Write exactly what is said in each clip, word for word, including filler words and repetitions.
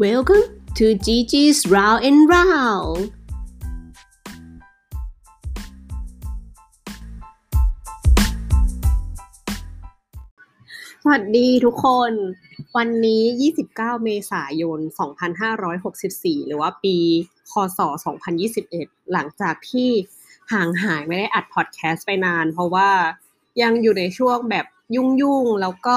Welcome to Gigi's Round and Round สวัสดีทุกคนวันนี้ยี่สิบเก้าเมษายนสองพันห้าร้อยหกสิบสี่หรือว่าปีคศสองพันยี่สิบเอ็ดหลังจากที่ห่างหายไม่ได้อัดพอดแคสต์ไปนานเพราะว่ายังอยู่ในช่วงแบบยุ่งๆแล้วก็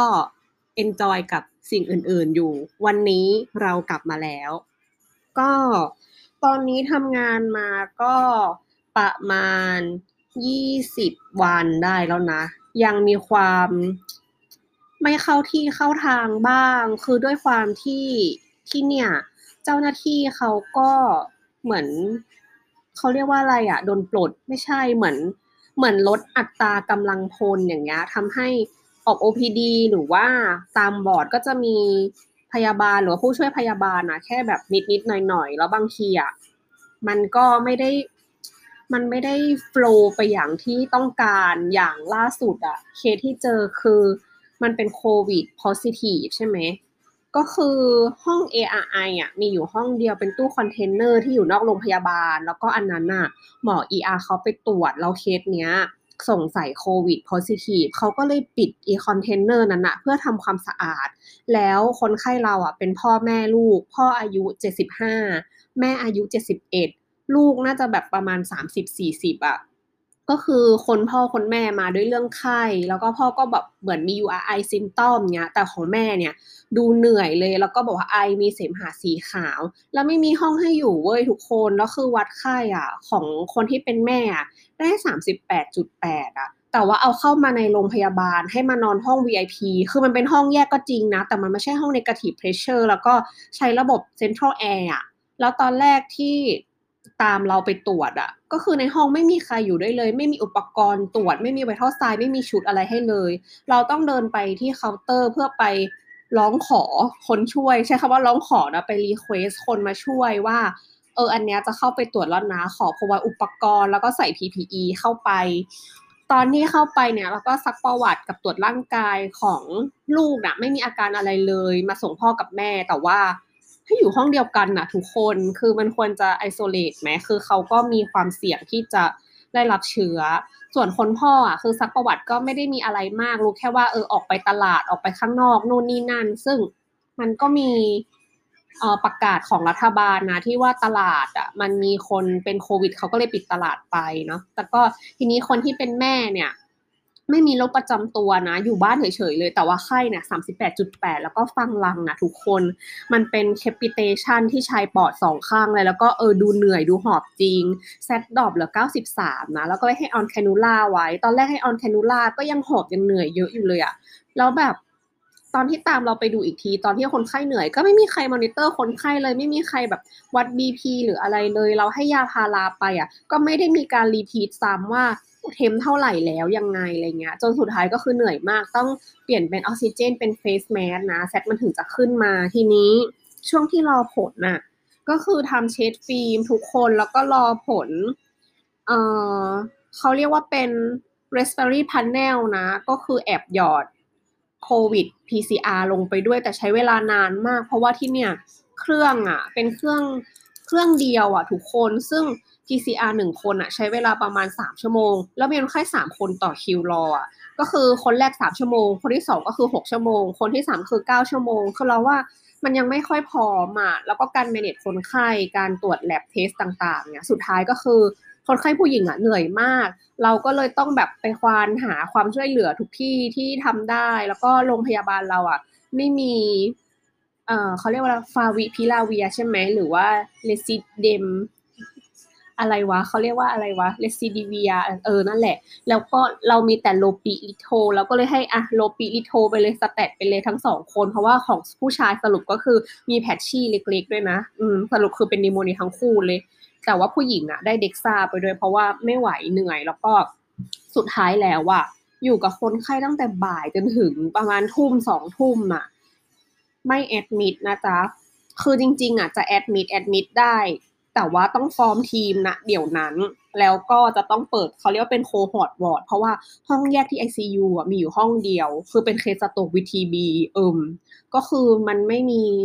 enjoy กับสิ่งอื่นๆอยู่วันนี้เรากลับมาแล้วก็ตอนนี้ทำงานมาก็ประมาณยี่สิบวันได้แล้วนะยังมีความไม่เข้าที่เข้าทางบ้างคือด้วยความที่ที่เนี่ยเจ้าหน้าที่เขาก็เหมือนเขาเรียกว่าอะไรอ่ะโดนปลดไม่ใช่เหมือนเหมือนลดอัตรากำลังพลอย่างเงี้ยทำให้ออก โอ พี ดี หรือว่าตามบอร์ดก็จะมีพยาบาลหรือผู้ช่วยพยาบาลนะแค่แบบนิดๆหน่อยๆแล้วบางทีอ่ะมันก็ไม่ได้มันไม่ได้โฟลว์ไปอย่างที่ต้องการอย่างล่าสุดอ่ะเคสที่เจอคือมันเป็นโควิด positive ใช่ไหมก็คือห้อง เอ อาร์ ไอ อ่ะมีอยู่ห้องเดียวเป็นตู้คอนเทนเนอร์ที่อยู่นอกโรงพยาบาลแล้วก็อันนั้นน่ะหมอ อี อาร์ เขาไปตรวจแล้วเคสเนี้ยสงสัยโควิด positive เขาก็เลยปิดอีคอนเทนเนอร์นั้นน่ะเพื่อทำความสะอาดแล้วคนไข้เราอ่ะเป็นพ่อแม่ลูกพ่ออายุเจ็ดสิบห้าแม่อายุเจ็ดสิบเอ็ดลูกน่าจะแบบประมาณสามสิบ สี่สิบอ่ะก็คือคนพ่อคนแม่มาด้วยเรื่องไข้แล้วก็พ่อก็แบบเหมือนมี ยู อาร์ ไอ symptom เงี้ยแต่ของแม่เนี่ยดูเหนื่อยเลยแล้วก็บอกว่าไอมีเสมหะสีขาวแล้วไม่มีห้องให้อยู่เว้ยทุกคนแล้วคือวัดไข้อ่ะของคนที่เป็นแม่อ่ะได้ สามสิบแปดจุดแปด อ่ะแต่ว่าเอาเข้ามาในโรงพยาบาลให้มานอนห้อง วี ไอ พี คือมันเป็นห้องแยกก็จริงนะแต่มันไม่ใช่ห้อง negative pressure แล้วก็ใช้ระบบ central air อ่ะแล้วตอนแรกที่ตามเราไปตรวจอ่ะก็คือในห้องไม่มีใครอยู่ด้วยเลยไม่มีอุปกรณ์ตรวจไม่มีไวทัลไซน์ไม่มีชุดอะไรให้เลยเราต้องเดินไปที่เคาน์เตอร์เพื่อไปร้องขอคนช่วยใช้คำว่าร้องขอนะไปรีเควสคนมาช่วยว่าเอออันเนี้ยจะเข้าไปตรวจแล้วนะขอพรอไวอุปกรณ์แล้วก็ใส่ พี พี อี เข้าไปตอนที่เข้าไปเนี่ยเราก็ซักประวัติกับตรวจร่างกายของลูกนะไม่มีอาการอะไรเลยมาส่งพ่อกับแม่แต่ว่าให้อยู่ห้องเดียวกันนะทุกคนคือมันควรจะไอโซเลตไหมคือเขาก็มีความเสี่ยงที่จะได้รับเชื้อส่วนคนพ่ออ่ะคือซักประวัติก็ไม่ได้มีอะไรมากรู้แค่ว่าเออออกไปตลาดออกไปข้างนอกนู่นนี่นั่นซึ่งมันก็มีเอ่อประกาศของรัฐบาลนะที่ว่าตลาดอ่ะมันมีคนเป็นโควิดเขาก็เลยปิดตลาดไปเนาะแต่ก็ทีนี้คนที่เป็นแม่เนี่ยไม่มีโรคประจำตัวนะอยู่บ้านเฉยๆเลยแต่ว่าไข้เนี่ย สามสิบแปดจุดแปด แล้วก็ฟังลังนะทุกคนมันเป็นแคปิเทชันที่ชายปอดสองข้างเลยแล้วก็เออดูเหนื่อยดูหอบจริงแซดดรอปเหลือเก้าสิบสามนะแล้วก็ให้ออนแคนูล่าไว้ตอนแรกให้ออนแคนูล่าก็ยังหอบยังเหนื่อยเยอะอยู่เลยอะแล้วแบบตอนที่ตามเราไปดูอีกทีตอนที่คนไข้เหนื่อยก็ไม่มีใครมอนิเตอร์คนไข้เลยไม่มีใครแบบวัด บี พี หรืออะไรเลยเราให้ยาพาราไปอ่ะก็ไม่ได้มีการรีพีทซ้ำว่าเทมเท่าไหร่แล้วยังไงอะไรเงี้ยจนสุดท้ายก็คือเหนื่อยมากต้องเปลี่ยนเป็นออกซิเจนเป็นเฟสแมสนะแซดมันถึงจะขึ้นมาทีนี้ช่วงที่รอผลน่ะก็คือทำเช็ดฟิล์มทุกคนแล้วก็รอผลเอ่อเขาเรียกว่าเป็น respiratory panel นะก็คือแอบหยอดโควิด พี ซี อาร์ ลงไปด้วยแต่ใช้เวลานานมากเพราะว่าที่เนี่ยเครื่องอ่ะเป็นเครื่องเครื่องเดียวอ่ะทุกคนซึ่ง พี ซี อาร์ หนึ่งคนอ่ะใช้เวลาประมาณสามชั่วโมงแล้วมีคนไข้สามคนต่อคิวรออ่ะก็คือคนแรกสามชั่วโมงคนที่สองก็คือหกชั่วโมงคนที่สามคือเก้าชั่วโมงคือเราว่ามันยังไม่ค่อยพร้อมอ่ะแล้วก็การ manage คนไข้การตรวจ lab test ต่างๆเนี่ยสุดท้ายก็คือคนไข้ผู้หญิงอ่ะเหนื่อยมากเราก็เลยต้องแบบไปควานหาความช่วยเหลือทุกที่ที่ทำได้แล้วก็โรงพยาบาลเราอ่ะไม่มีเอ่อเขาเรียกว่าฟาวิพิลาเวียใช่ไหมหรือว่าเลซิเดมอะไรวะเขาเรียกว่าอะไรวะเลซิดิเวียเออนั่นแหละแล้วก็เรามีแต่โลปิลิโทเราก็เลยให้อะโลปิลิโทไปเลยสแตทไปเลยทั้งสองคนเพราะว่าของผู้ชายสรุปก็คือมีแพทชี่เล็กๆด้วยนะอืมสรุปคือเป็นนิโมเนียทั้งคู่เลยแต่ว่าผู้หญิงอะได้เด็กซ่าไปด้วยเพราะว่าไม่ไหวเหนื่อยแล้วก็สุดท้ายแล้วอะอยู่กับคนไข้ตั้งแต่บ่ายจนถึงประมาณทุ่มสองทุ่มอะไม่แอดมิดนะจ๊ะคือจริงๆอะจะแอดมิดแอดมิดได้แต่ว่าต้องฟอร์มทีมนะเดี๋ยวนั้นแล้วก็จะต้องเปิดเขาเรียกว่าเป็นโคฮอร์ทวอร์ดเพราะว่าห้องแยกที่ ไอ ซี ยู อ่ะมีอยู่ห้องเดียวคือเป็นเคสสโตรกวิธีบีเอิมก็คือมันไม่มี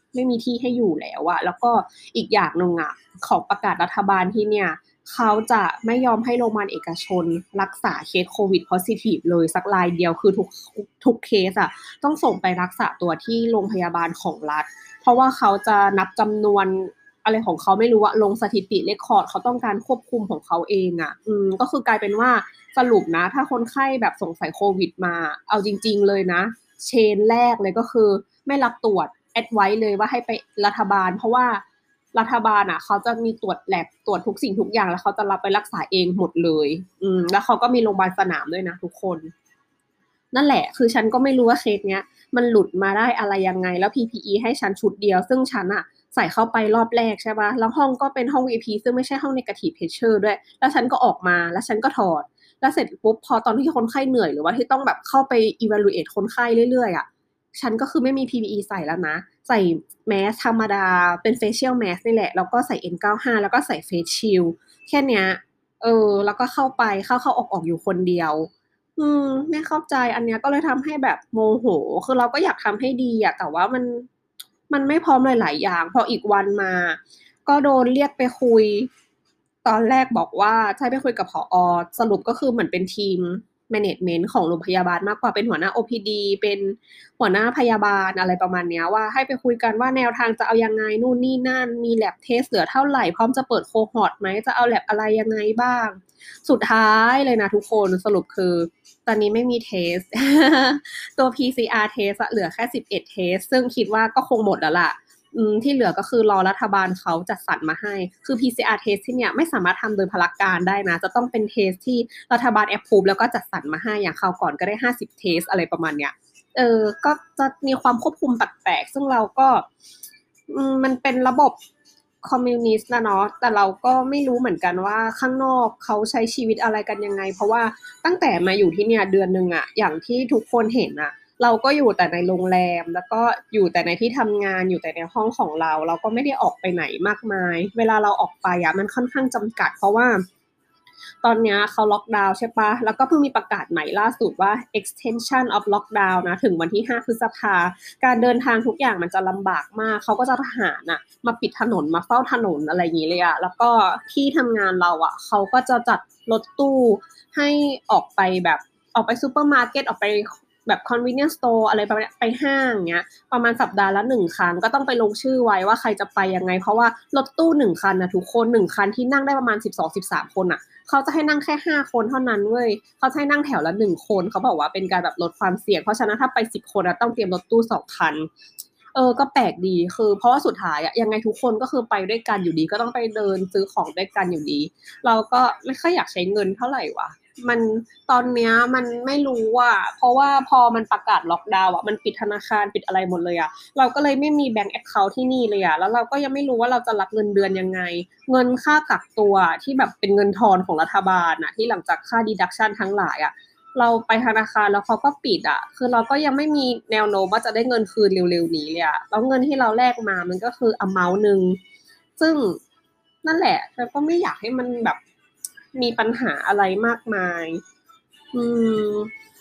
ไม่มีที่ให้อยู่แล้วอะแล้วก็อีกอย่างหนึ่งอะของประกาศรัฐบาลที่เนี่ยเขาจะไม่ยอมให้โรงพยาบาลเอกชนรักษาเคสโควิด positive เลยสักรายเดียวคือทุกทุกเคสอะต้องส่งไปรักษาตัวที่โรงพยาบาลของรัฐเพราะว่าเขาจะนับจำนวนอะไรของเขาไม่รู้อะลงสถิติเรคคอร์ดเขาต้องการควบคุมของเขาเองอะอืมก็คือกลายเป็นว่าสรุปนะถ้าคนไข้แบบสงสัยโควิดมาเอาจริงๆเลยนะเชนแรกเลยก็คือไม่รับตรวจแอดไว้เลยว่าให้ไปรัฐบาลเพราะว่ารัฐบาลอ่ะเขาจะมีตรวจแลบตรวจทุกสิ่งทุกอย่างแล้วเขาจะรับไปรักษาเองหมดเลยอืมแล้วเขาก็มีโรงพยาบาลสนามด้วยนะทุกคนนั่นแหละคือฉันก็ไม่รู้ว่าเคสเนี้ยมันหลุดมาได้อะไรยังไงแล้ว พี พี อี ให้ฉันชุดเดียวซึ่งฉันอะใส่เข้าไปรอบแรกใช่ปะแล้วห้องก็เป็นห้อง วี ไอ พี ซึ่งไม่ใช่ห้อง negative pressure ด้วยแล้วฉันก็ออกมาแล้วฉันก็ถอดแล้วเสร็จปุ๊บพอตอนที่คนไข้เหนื่อยหรือว่าที่ต้องแบบเข้าไป evaluate คนไข้เรื่อยๆอะฉันก็คือไม่มี พี พี อี ใส่แล้วนะใส่แมสธรรมดาเป็น facial mask นี่แหละแล้วก็ใส่ เอ็น เก้าสิบห้า แล้วก็ใส่ face shield แค่เนี้ยเออแล้วก็เข้าไปเข้าเข้าออกออกอยู่คนเดียว อืมไม่เข้าใจอันเนี้ยก็เลยทำให้แบบโมโหคือเราก็อยากทำให้ดีอะแต่ว่ามันมันไม่พร้อมหลายๆอย่างพออีกวันมาก็โดนเรียกไปคุยตอนแรกบอกว่าจะให้ไปคุยกับผอสรุปก็คือเหมือนเป็นทีม management ของโรงพยาบาลมากกว่าเป็นหัวหน้า โอ พี ดี เป็นหัวหน้าพยาบาลอะไรประมาณเนี้ยว่าให้ไปคุยกันว่าแนวทางจะเอายังไงนู่นนี่นั่นมี lab test เหลือเท่าไหร่พร้อมจะเปิด cohort ไหมจะเอา lab อะไรยังไงบ้างสุดท้ายเลยนะทุกคนสรุปคือ ตอนนี้ไม่มีเทส ตัว พี ซี อาร์ test อะเหลือแค่สิบเอ็ดเทสซึ่งคิดว่าก็คงหมดแล้วล่ะอืมที่เหลือก็คือรอรัฐบาลเขาจัดสรรมาให้ คือ พี ซี อาร์ test ที่เนี่ยไม่สามารถทำโดยพลการได้นะ จะต้องเป็นเทสที่รัฐบาล approve แล้วก็จัดสรรมาให้อย่างคราวก่อนก็ได้ห้าสิบเทสอะไรประมาณเนี้ย เออก็จะมีความควบคุมแปลกๆซึ่งเราก็อืมมันเป็นระบบคอมมิวนิสต์นะเนาะแต่เราก็ไม่รู้เหมือนกันว่าข้างนอกเขาใช้ชีวิตอะไรกันยังไง เพราะว่าตั้งแต่มาอยู่ที่เนี่ยเดือนหนึ่งอะอย่างที่ทุกคนเห็นอะเราก็อยู่แต่ในโรงแรมแล้วก็อยู่แต่ในที่ทำงานอยู่แต่ในห้องของเราเราก็ไม่ได้ออกไปไหนมากมายเวลาเราออกไปอะมันค่อนข้างจำกัดเพราะว่าตอนนี้เขาล็อกดาวน์ใช่ปะแล้วก็เพิ่งมีประกาศใหม่ล่าสุดว่า extension of lockdown นะถึงวันที่ห้าพฤษภาการเดินทางทุกอย่างมันจะลำบากมากเขาก็จะทหารน่ะมาปิดถนนมาเฝ้าถนนอะไรอย่างนี้เลยอะแล้วก็ที่ทำงานเราอะเขาก็จะจัดรถตู้ให้ออกไปแบบออกไปซูเปอร์มาร์เก็ตออกไปแบบ convenience store อะไรประมาณไปห้างเงี้ยประมาณสัปดาห์ละหนึ่งครั้งก็ต้องไปลงชื่อไว้ว่าใครจะไปยังไงเพราะว่ารถตู้หนึ่งคันนะทุกคนหนึ่งคันที่นั่งได้ประมาณสิบสอง สิบสามคนอะเขาจะให้นั่งแค่ห้าคนเท่านั้นเว้ยเขาจะให้นั่งแถวละหนึ่งคนเขาบอกว่าเป็นการแบบลดความเสี่ยงเพราะฉะนั้นถ้าไปสิบคนอะต้องเตรียมรถตู้สองคันเออก็แปลกดีคือเพราะว่าสุดท้ายอะยังไงทุกคนก็คือไปด้วยกันอยู่ดีก็ต้องไปเดินซื้อของด้วยกันอยู่ดีเราก็ไม่ค่อยอยากใช้เงินเท่าไหร่วะมันตอนเนี้ยมันไม่รู้ว่าเพราะว่าพอมันประกาศล็อกดาวน์อ่ะมันปิดธนาคารปิดอะไรหมดเลยอ่ะเราก็เลยไม่มีแบงก์แอคเคาท์ที่นี่เลยอ่ะแล้วเราก็ยังไม่รู้ว่าเราจะรับเงินเดือนยังไงเงินค่ากักตัวที่แบบเป็นเงินทอนของรัฐบาลอ่ะที่หลังจากค่าดีดักชันทั้งหลายอ่ะเราไปธนาคารแล้วเขาก็ปิดอ่ะคือเราก็ยังไม่มีแนวโน้มว่าจะได้เงินคืนเร็วๆนี้เลยอ่ะแล้วเงินที่เราแลกมามันก็คือ amount หนึ่งซึ่งนั่นแหละเราก็ไม่อยากให้มันแบบมีปัญหาอะไรมากมาย อืม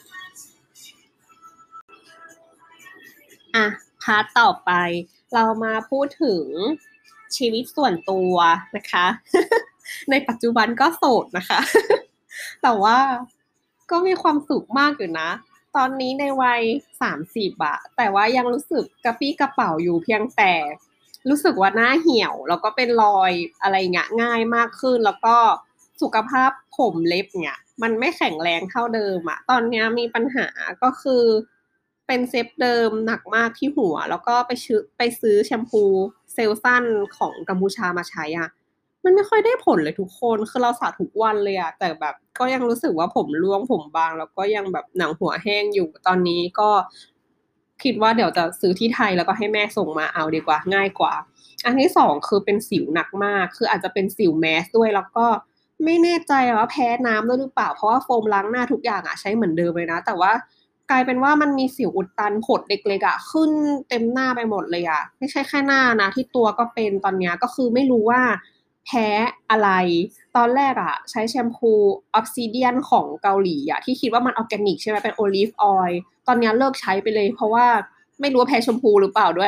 อ่ะพาร์ทต่อไปเรามาพูดถึงชีวิตส่วนตัวนะคะในปัจจุบันก็โสดนะคะแต่ว่าก็มีความสุขมากอยู่นะตอนนี้ในวัยสามสิบอะแต่ว่ายังรู้สึกกระปี้กระเป๋าอยู่เพียงแต่รู้สึกว่าหน้าเหี่ยวแล้วก็เป็นรอยอะไรเงี้ยง่ายมากขึ้นแล้วก็สุขภาพผมเล็บเนี่ยมันไม่แข็งแรงเท่าเดิมอะตอนนี้มีปัญหาก็คือ เป็นเซฟเดิมหนักมากที่หัวแล้วก็ไปซื้อไปซื้อแชมพูเซลซันของกัมพูชามาใช้อ่ะมันไม่ค่อยได้ผลเลยทุกคนคือเราสระทุกวันเลยอ่ะแต่แบบก็ยังรู้สึกว่าผมร่วงผมบางแล้วก็ยังแบบหนังหัวแห้งอยู่ตอนนี้ก็คิดว่าเดี๋ยวจะซื้อที่ไทยแล้วก็ให้แม่ส่งมาเอาดีกว่าง่ายกว่าอันที่สองคือเป็นสิวหนักมากคืออาจจะเป็นสิวแมสด้วยแล้วก็ไม่แน่ใจว่าแพ้น้ำด้วยหรือเปล่าเพราะว่าโฟมล้างหน้าทุกอย่างอ่ะใช้เหมือนเดิมเลยนะแต่ว่า กลายเป็นว่ามันมีสิวอุดตันผดเล็กๆอ่ะขึ้นเต็มหน้าไปหมดเลยอ่ะไม่ใช่แค่หน้านะที่ตัวก็เป็นตอนเนี้ยก็คือไม่รู้ว่าแพ้อะไรตอนแรกอ่ะใช้แชมพูออ s ซิเดียนของเกาหลีอ่ะที่คิดว่ามันออร์แกนิกใช่ไหมเป็นโอลีฟออยล์ตอนเนี้ยเลิกใช้ไปเลยเพราะว่าไม่รู้ว่าแพ้แชมพูหรือเปล่าด้วย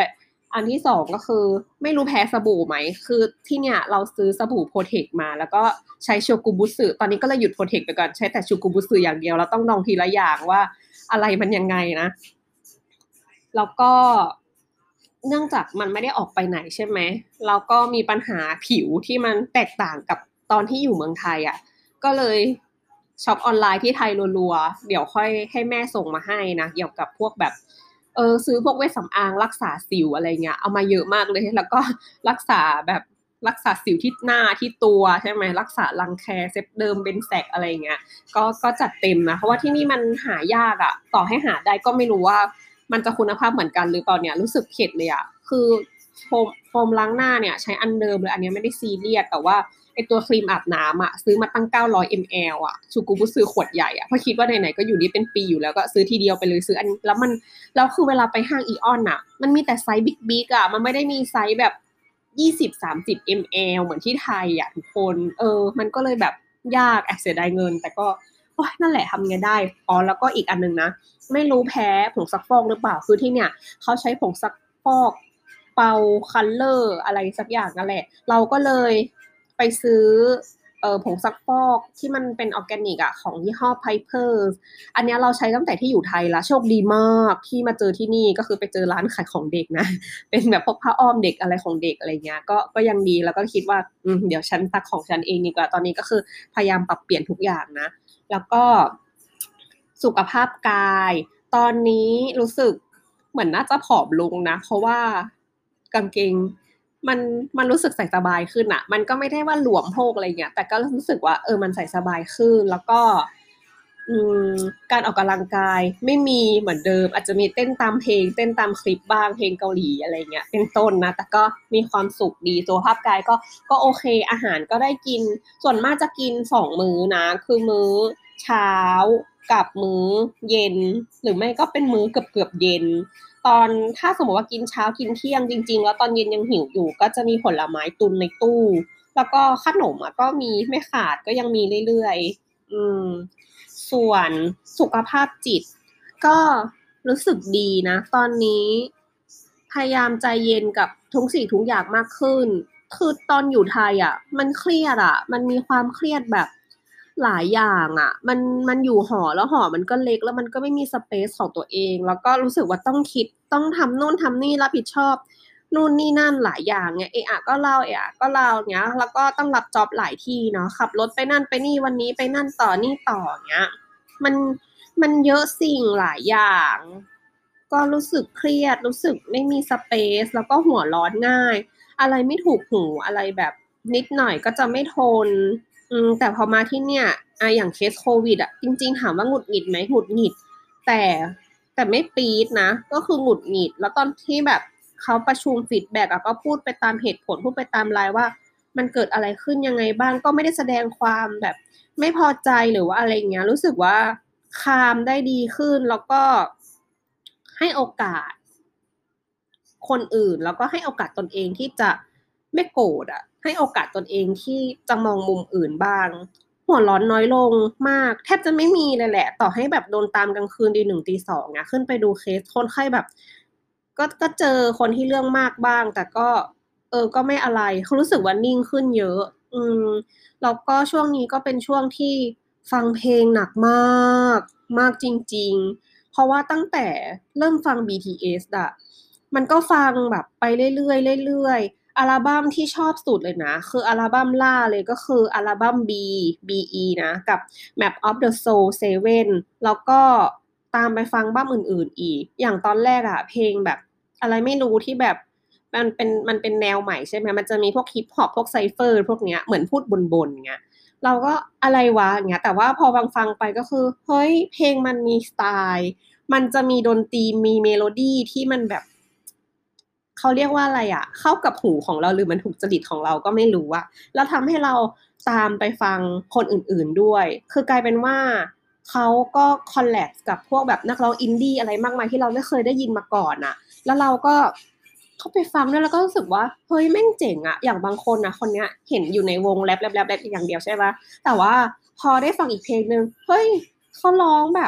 อันที่สองก็คือไม่รู้แพ้สบู่ไหมคือที่เนี่ยเราซื้อสบู่โปรเทคมาแล้วก็ใช้โชกุบุสึตอนนี้ก็เลยหยุดโปรเทคไปก่อนใช้แต่โชกุบุสึอย่างเดียวแล้วต้องลองทีละอย่างว่าอะไรมันยังไงนะแล้วก็เนื่องจากมันไม่ได้ออกไปไหนใช่ไหมเราก็มีปัญหาผิวที่มันแตกต่างกับตอนที่อยู่เมืองไทยอ่ะก็เลยช็อปออนไลน์ที่ไทยรัวๆเดี๋ยวค่อยให้แม่ส่งมาให้นะเกี่ยวกับพวกแบบเออซื้อพวกเวชสำอางรักษาสิวอะไรเงี้ยเอามาเยอะมากเลยแล้วก็รักษาแบบรักษาสิวที่หน้าที่ตัวใช่ไหมรักษารังแคเซฟเดิมเบนแซกอะไรเงี้ยก็ก็จัดเต็มนะเพราะว่าที่นี่มันหายากอะต่อให้หาได้ก็ไม่รู้ว่ามันจะคุณภาพเหมือนกันหรือเปล่าเนี่ยรู้สึกเข็ดเลยอะคือโฟมโฟมล้างหน้าเนี่ยใช้อันเดิมเลยอันนี้ไม่ได้ซีเรียสแต่ว่าไอตัวครีมอาบน้ำอะซื้อมาตั้งเก้าร้อยมิลลิลิตรอะชูกูบุซื้อขวดใหญ่อะเพราะคิดว่าไหนๆก็อยู่นี่เป็นปีอยู่แล้วก็ซื้อทีเดียวไปเลยซื้ออันแล้วมันแล้วคือเวลาไปห้างอีออนอะมันมีแต่ไซส์บิ๊กๆอะมันไม่ได้มีไซส์แบบยี่สิบสามสิบมิลลิลิตรเหมือนที่ไทยอะทุกคนเออมันก็เลยแบบยากแอบเสียดายเงินแต่ก็โอ๊ยนั่นแหละทำไงได้อ๋อแล้วก็อีกอันนึงนะไม่รู้แพ้ผงซักฟอกหรือเปล่าคือที่เนี่ยเขาใช้ผงซักฟอกเปาคัลเลอร์อะไรสักอย่างนั่นแหละเราก็เลยไปซื้อเอ่อผงซักฟอกที่มันเป็นออร์แกนิกอะของยี่ห้อ Piper อันนี้เราใช้ตั้งแต่ที่อยู่ไทยละโชคดีมากที่มาเจอที่นี่ก็คือไปเจอร้านขายของเด็กนะเป็นแบบพวกผ้าอ้อมเด็กอะไรของเด็กอะไรเงี้ยก็ก็ยังดีแล้วก็คิดว่าอืมเดี๋ยวฉันซักของฉันเองดีกว่าตอนนี้ก็คือพยายามปรับเปลี่ยนทุกอย่างนะแล้วก็สุขภาพกายตอนนี้รู้สึกเหมือนน่าจะผอมลงนะเพราะว่ากางเกงมันมันรู้สึกใส่สบายขึ้นอะมันก็ไม่ได้ว่าหลวมโพกอะไรเงี้ยแต่ก็รู้สึกว่าเออมันใส่สบายขึ้นแล้วก็อืมการออกกำลังกายไม่มีเหมือนเดิมอาจจะมีเต้นตามเพลงเต้นตามคลิปบ้างเพลงเกาหลีอะไรเงี้ยเป็นต้นนะแต่ก็มีความสุขดีสุขภาพกายก็ก็โอเคอาหารก็ได้กินส่วนมากจะกินสองมื้อนะคือมื้อเช้ากับมื้อเย็นหรือไม่ก็เป็นมื้อเกือบเกือบเย็นตอนถ้าสมมติว่ากินเช้ากินเที่ยงจริงๆแล้วตอนเย็นยังหิวอยู่ก็จะมีผลไม้ตุนในตู้แล้วก็ขนมอ่ะก็มีไม่ขาดก็ยังมีเรื่อยๆอืมส่วนสุขภาพจิตก็รู้สึกดีนะตอนนี้พยายามใจเย็นกับทุกสิ่งทุกอย่างมากขึ้นคือตอนอยู่ไทยอ่ะมันเครียดอ่ะมันมีความเครียดแบบหลายอย่างอ่ะมันมันอยู่หอแล้วหอมันก็เล็กแล้วมันก็ไม่มีสเปซของตัวเองแล้วก็รู้สึกว่าต้องคิดต้องทำโน่นทำนี่รับผิดชอบนู่นนี่นั่นหลายอย่างเนี่ยเอะอะก็เล่าเอะอะก็เล่าเนี้ยแล้วก็ต้องรับจ็อบหลายที่เนาะขับรถไปนั่นไปนี่วันนี้ไปนั่นต่อนี่ต่อเนี้ยมันมันเยอะสิ่งหลายอย่างก็รู้สึกเครียดรู้สึกไม่มีสเปซแล้วก็หัวร้อนง่ายอะไรไม่ถูกหูอะไรแบบนิดหน่อยก็จะไม่ทน อืมแต่พอมาที่เนี่ยอะอย่างเคสโควิดอะจริงๆถามว่าหงุดหงิดไหมหงุดหงิดแต่แต่ไม่ปี๊ดนะก็คือหงุดหงิดแล้วตอนที่แบบเขาประชุมฟีดแบ็กอะก็พูดไปตามเหตุผลพูดไปตามไลน์ว่ามันเกิดอะไรขึ้นยังไงบ้างก็ไม่ได้แสดงความแบบไม่พอใจหรือว่าอะไรเงี้ยรู้สึกว่าคามได้ดีขึ้นแล้วก็ให้โอกาส คนอื่นแล้วก็ให้โอกาสตนเองที่จะไม่โกรธอ่ะให้โอกาสตนเองที่จะมองมุมอื่นบ้างหัวร้อนน้อยลงมากแทบจะไม่มีเลยแหละต่อให้แบบโดนตามกลางคืนตีหนึ่งตีสองอะขึ้นไปดูเคสคนไข้แบบก็ก็เจอคนที่เรื่องมากบ้างแต่ก็เออก็ไม่อะไรเขารู้สึกว่านิ่งขึ้นเยอะอืมแล้วก็ช่วงนี้ก็เป็นช่วงที่ฟังเพลงหนักมากมากจริงๆเพราะว่าตั้งแต่เริ่มฟัง บี ที เอส อะ มันก็ฟังแบบไปเรื่อยๆเรื่อยๆอัลบั้มที่ชอบสุดเลยนะคืออัลบั้มล่าเลยก็คืออัลบั้ม B บี อี นะกับ Map of the Soul เซเว่นแล้วก็ตามไปฟังบั้มอื่นๆอีกอย่างตอนแรกอะเพลงแบบอะไรไม่รู้ที่แบบมันเป็นมันเป็นแนวใหม่ใช่ไหมมันจะมีพวกฮิปฮอปพวกไซเฟอร์พวกเนี้ยเหมือนพูดบนๆเงี้ยเราก็อะไรวะอย่างเงี้ยแต่ว่าพอฟังฟังไปก็คือเฮ้ยเพลงมันมีสไตล์มันจะมีดนตรีมีเมโลดี้ที่มันแบบ เขาเรียกว่าอะไรอะเข้ากับหูของเราหรือมันถูกจริตของเราก็ไม่รู้อะแล้วทำให้เราตามไปฟังคนอื่นๆด้วยคือกลายเป็นว่าเขาก็คอลแลบกับพวกแบบนักร้องอินดี้อะไรมากมายที่เราไม่เคยได้ยินมาก่อนอะแล้วเราก็เข้าไปฟังด้วยแล้วก็รู้สึกว่าเฮ้ยแม่งเจ๋งอะอย่างบางคนนะคนเนี้ยเห็นอยู่ในวงแรปแรปแรปแรปอย่างเดียวใช่ปะแต่ว่าพอได้ฟังอีกเพลงหนึ่งเฮ้ยเขาร้องแบบ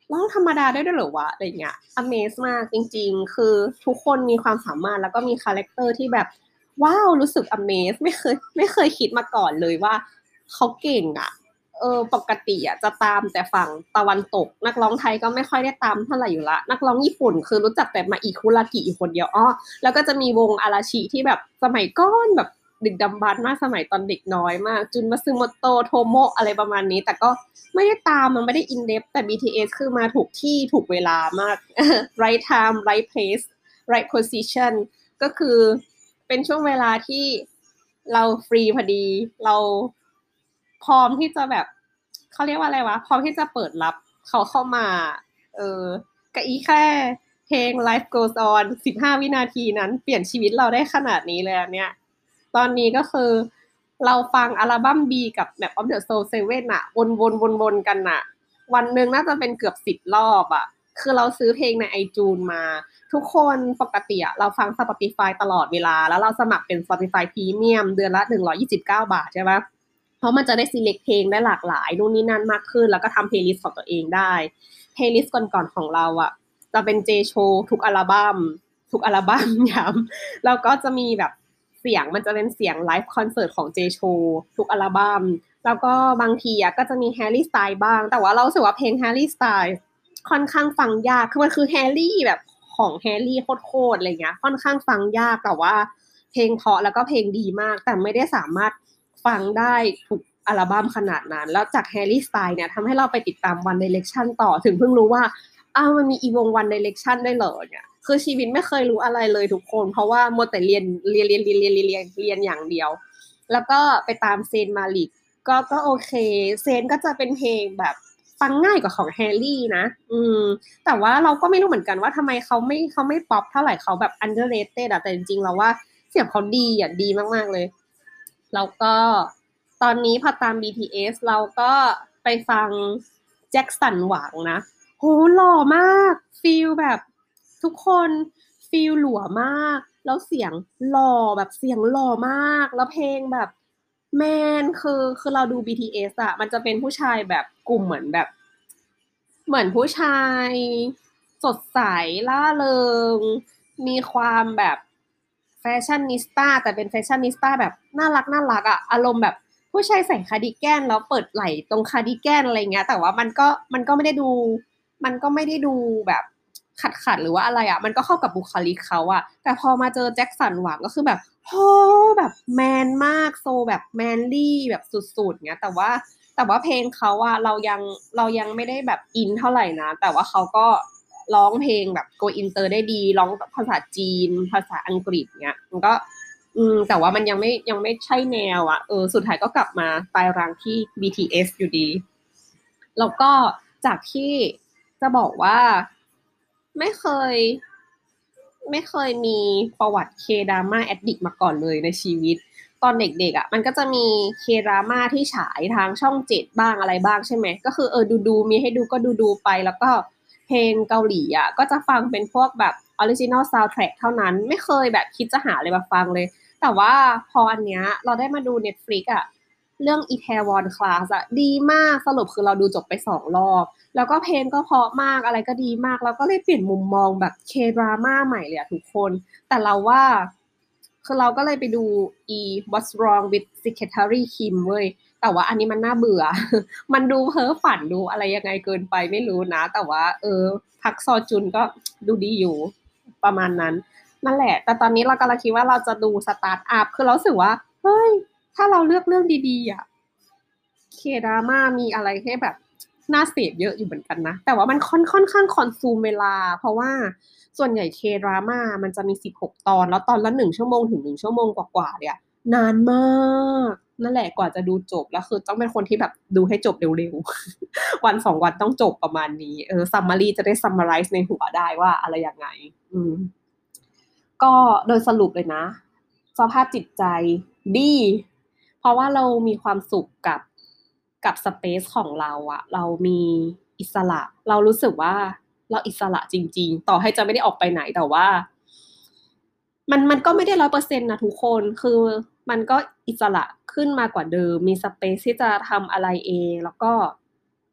ร้องธรรมดาได้ด้วยเหรอวะอะไรเงี้ย Amaze มากจริงๆคือทุกคนมีความสามารถแล้วก็มีคาแรคเตอร์ที่แบบว้าวรู้สึก Amaze ไม่เคยไม่เคยคิดมาก่อนเลยว่าเขาเก่งอ่ะเออปกติอ่ะจะตามแต่ฝั่งตะวันตกนักร้องไทยก็ไม่ค่อยได้ตามเท่าไหร่อยู่ละนักร้องญี่ปุ่นคือรู้จักแต่มาอิคุรากิอยู่คนเดียวอ้อแล้วก็จะมีวงอาราชิที่แบบสมัยก่อนแบบดึกดำบรรพ์มากสมัยตอนเด็กน้อยมากจุนมาซึโมโตะโทโมะอะไรประมาณนี้แต่ก็ ไม่ได้ตามมันไม่ได้อินเด p แต่ บี ที เอส คือมาถูกที่ถูกเวลามาก right time right place right position ก็คือเป็นช่วงเวลาที่เราฟรีพอดีเราพร้อมที่จะแบบเขาเรียกว่าอะไรวะพร้อมที่จะเปิดรับเขาเข้ามาเออกะอีแค่เพลง Life Goes On สิบห้าวินาทีนั้นเปลี่ยนชีวิตเราได้ขนาดนี้เลยเนี่ยตอนนี้ก็คือเราฟังอัลบั้ม B กับ Map of the Soul เซเว่นอะวนๆๆๆกันอะวันหนึ่งน่าจะเป็นเกือบสิบรอบอะคือเราซื้อเพลงใน iTunes มาทุกคนปกติอะเราฟัง Spotify ตลอดเวลาแล้วเราสมัครเป็น Spotify Premium เดือนละหนึ่งร้อยยี่สิบเก้าบาทใช่ไหมเพราะมันจะได้ select เพลงได้หลากหลายนู่นนี่นั่นมากขึ้นแล้วก็ทำ playlist ของตัวเองได้ playlist ก่อนๆของเราอะจะเป็น J Show ทุกอัลบั้มทุกอัลบั้มย้ำแล้วก็จะมีแบบเสียงมันจะเป็นเสียงไลฟ์คอนเสิร์ตของ J Show ทุกอัลบั้มแล้วก็บางทีอะก็จะมี Harry Styles บ้างแต่ว่าเรารู้สึกว่าเพลง Harry Styles ค่อนข้างฟังยากคือมันคือแฮร์รี่แบบของแฮร์รี่โคตรๆอะไรเงี้ยค่อนข้างฟังยากแต่ว่าเพลงเพราะแล้วก็เพลงดีมากแต่ไม่ได้สามารถฟังได้ทุกอัลบั้มขนาดนั้นแล้วจากแฮร์รี่สไตล์เนี่ยทำให้เราไปติดตาม One Direction ต่อถึงเพิ่งรู้ว่าอ้าวมันมีอีวง One Direction ได้เหรอเนี่ยคือชีวิตไม่เคยรู้อะไรเลยทุกคนเพราะว่ามัวแต่เรียนเรียนเรียนเรียนเรียนเรียนเรียนอย่างเดียวแล้วก็ไปตามเซนมาลิกก็ก็โอเคเซนก็จะเป็นเพลงแบบฟังง่ายกว่าของแฮร์รี่นะอืมแต่ว่าเราก็ไม่รู้เหมือนกันว่าทำไมเขาไม่เขาไม่ป๊อปเท่าไหร่เขาแบบ underrated อะแต่จริงๆเราว่าเสียงเขาดีอ่ะดีมากๆเลยแล้วก็ตอนนี้พอตาม บี ที เอส เราก็ไปฟังแจ็คสันหวังนะโหหล่อมากฟีลแบบทุกคนฟีลหลัวมากแล้วเสียงหล่อแบบเสียงหล่อมากแล้วเพลงแบบ แมนคือคือเราดู บี ที เอส อะมันจะเป็นผู้ชายแบบกลุ่มเหมือนแบบเหมือนผู้ชายสดใสล่าเริงมีความแบบแฟชั่นนิสต้าแต่เป็นแฟชั่นนิสต้าแบบน่ารักน่ารักอะอารมณ์แบบผู้ชายใส่คาร์ดิแกนแล้วเปิดไหล่ตรงคาร์ดิแกนอะไรเงี้ยแต่ว่ามันก็มันก็ไม่ได้ดูมันก็ไม่ได้ดูแบบขัดขัดหรือว่าอะไรอะมันก็เข้ากับบุคลิกเขาอะแต่พอมาเจอแจ็คสันหวังก็คือแบบ โหแบบแมนมากโซแบบแมนลี่แบบสุดๆเงี้ยแต่ว่าแต่ว่าเพลงเขาอะเรายังเรายังไม่ได้แบบอินเท่าไหร่นะแต่ว่าเขาก็ร้องเพลงแบบโกอินเตอร์ได้ดีร้องภาษาจีนภาษาอังกฤษเงี้ยมันก็อืมแต่ว่ามันยังไม่ยังไม่ใช่แนวอะเออสุดท้ายก็กลับมาปลายรังที่ บี ที เอส อยู่ดีแล้วก็จากที่จะบอกว่าไม่เคย ไม่เคยมีประวัติเคดราม่าแอดดิกมาก่อนเลยในชีวิตตอนเด็กๆอ่ะมันก็จะมีเคดราม่าที่ฉายทางช่องเจ็ดบ้างอะไรบ้างใช่ไหมก็คือเออดูดูมีให้ดูก็ดูดูไปแล้วก็เพลงเกาหลีอ่ะก็จะฟังเป็นพวกแบบออริจินอลซาวด์แทร็กเท่านั้นไม่เคยแบบคิดจะหาอะไรมาฟังเลยแต่ว่าพออันเนี้ยเราได้มาดู Netflix อ่ะเรื่อง Itaewon Class อ่ะดีมากสรุปคือเราดูจบไปสองรอบ แล้วก็เพลงก็เพราะมากอะไรก็ดีมากแล้วก็เลยเปลี่ยนมุมมองแบบเคดราม่าใหม่เลยอะทุกคนแต่เราว่าคือเราก็เลยไปดูอี What's Wrong with Secretary Kim เว้ยแต่ว่าอันนี้มันน่าเบื่อมันดูเพ้อฝันดูอะไรยังไงเกินไปไม่รู้นะแต่ว่าเออพักซอจุนก็ดูดีอยู่ประมาณนั้นนั่นแหละแต่ตอนนี้เรากำลังคิดว่าเราจะดูสตาร์ทอัพคือเราสึกว่าเฮ้ยถ้าเราเลือกเรื่องดีๆอ่ะ เคดราม่ามีอะไรให้แบบน่าเสพเยอะอยู่เหมือนกันนะแต่ว่ามันค่อนค่อนข้างคอนซูมเวลาเพราะว่าส่วนใหญ่เคดราม่ามันจะมีสิบหกตอนแล้วตอนละหนึ่งชั่วโมงถึงหนึ่งชั่วโมงกว่าๆเนี่ยนานมากนั่นแหละกว่าจะดูจบแล้วคือต้องเป็นคนที่แบบดูให้จบเร็วๆวันสองวันต้องจบประมาณนี้เออซัมมารีจะได้ซัมมาไรซ์ในหัวได้ว่าอะไรยังไงอืมก็โดยสรุปเลยนะสภาพจิตใจดี เพราะว่าเรามีความสุขกับกับสเปซของเราอะเรามีอิสระเรารู้สึกว่าเราอิสระจริงๆต่อให้จะไม่ได้ออกไปไหนแต่ว่ามันมันก็ไม่ได้ร้อยเปอร์เซ็นต์นะทุกคนคือมันก็อิสระขึ้นมากว่าเดิมมีสเปซที่จะทำอะไรเองแล้วก็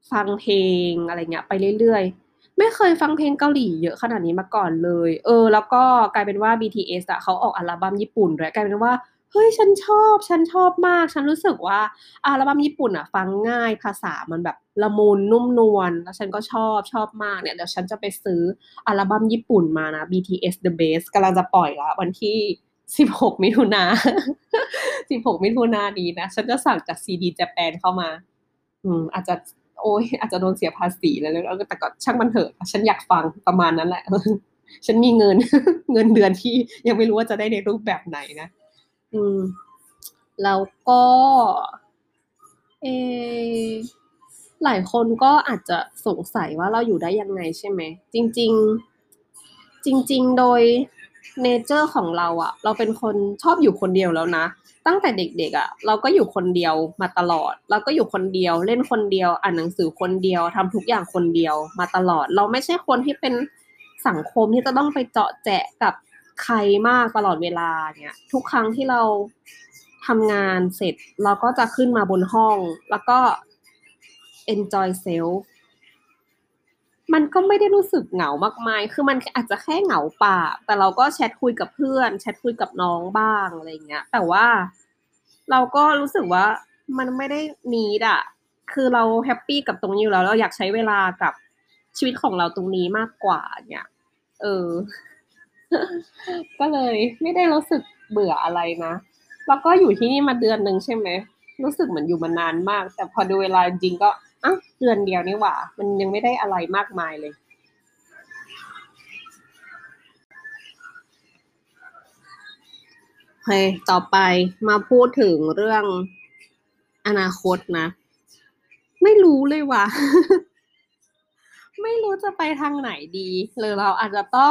ฟังเพลงอะไรเงี้ยไปเรื่อยๆไม่เคยฟังเพลงเกาหลีเยอะขนาดนี้มาก่อนเลยเออแล้วก็กลายเป็นว่า บี ที เอส อ่ะเขาออกอัลบั้มญี่ปุ่นด้วยกลายเป็นว่าเฮ้ยฉันชอบฉันชอบมากฉันรู้สึกว่าอัลบั้มญี่ปุ่นอ่ะฟังง่ายภาษามันแบบละมุนนุ่มนวลแล้วฉันก็ชอบชอบมากเนี่ยเดี๋ยวฉันจะไปซื้ออัลบั้มญี่ปุ่นมานะ บี ที เอส The Best กำลังจะปล่อยละวันที่สิบหกมิถุนาสิบหกมิถุนานี้นะฉันจะสั่งจากซีดีเจแปนเข้ามาอืมอาจจะโอ้ยอาจจะโดนเสียภาษีแล้วแล้วแต่ก็ช่างมันเถอะฉันอยากฟังประมาณนั้นแหละฉันมีเงินเงินเดือนที่ยังไม่รู้ว่าจะได้ในรูปแบบไหนนะอืมแล้วก็เออหลายคนก็อาจจะสงสัยว่าเราอยู่ได้ยังไงใช่ไหมจริงๆจริงๆโดยเนเจอร์ของเราอะเราเป็นคนชอบอยู่คนเดียวแล้วนะตั้งแต่เด็กๆอะเราก็อยู่คนเดียวมาตลอดเราก็อยู่คนเดียวเล่นคนเดียวอ่านหนังสือคนเดียวทำทุกอย่างคนเดียวมาตลอดเราไม่ใช่คนที่เป็นสังคมที่จะต้องไปเจาะแจะกับใครมากตลอดเวลาเนี่ยทุกครั้งที่เราทำงานเสร็จเราก็จะขึ้นมาบนห้องแล้วก็ enjoy self มันก็ไม่ได้รู้สึกเหงามากมายคือมันอาจจะแค่เหงาปากแต่เราก็แชทคุยกับเพื่อนแชทคุยกับน้องบ้างอะไรเงี้ยแต่ว่าเราก็รู้สึกว่ามันไม่ได้นีดอะคือเราแฮปปี้กับตรงนี้อยู่แล้วเราอยากใช้เวลากับชีวิตของเราตรงนี้มากกว่าเนี่ยเออก็เลยไม่ได้รู้สึกเบื่ออะไรนะแล้วก็อยู่ที่นี่มาเดือนหนึ่งใช่ไหมรู้สึกเหมือนอยู่มานานมากแต่พอดูเวลาจริงๆก็อ่ะเดือนเดียวนี่หว่ามันยังไม่ได้อะไรมากมายเลย โอเคต่อไปมาพูดถึงเรื่องอนาคตนะ ไม่รู้เลยว่ะ ไม่รู้จะไปทางไหนดีหรือเราอาจจะต้อง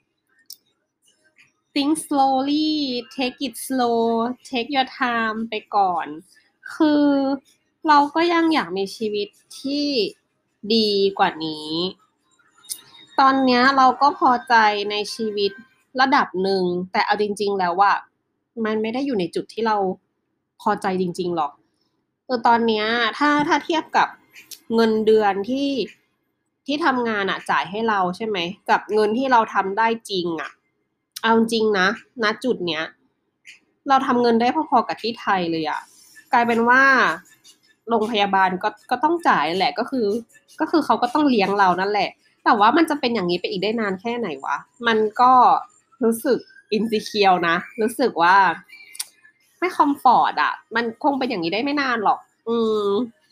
think slowly take it slow take your time ไปก่อน คือเราก็ยังอยากมีชีวิตที่ดีกว่านี้ ตอนเนี้ยเราก็พอใจในชีวิตระดับหนึ่งแต่เอาจริงๆแล้วว่ามันไม่ได้อยู่ในจุดที่เราพอใจจริงๆหรอกเออตอนเนี้ยถ้าถ้าเทียบกับเงินเดือนที่ที่ทำงานอะจ่ายให้เราใช่ไหมกับเงินที่เราทำได้จริงอะเอาจริงนะณจุดเนี้ยเราทำเงินได้พอๆกับที่ไทยเลยอะกลายเป็นว่าโรงพยาบาลก็ก็ต้องจ่ายแหละก็คือก็คือเขาก็ต้องเลี้ยงเรานั่นแหละ แต่ว่ามันจะเป็นอย่างนี้ไปอีกได้นานแค่ไหนวะ มันก็รู้สึกอินซิเคียวนะ รู้สึกว่าไม่คอมฟอร์ตอ่ะ มันคงเป็นอย่างนี้ได้ไม่นานหรอก อืม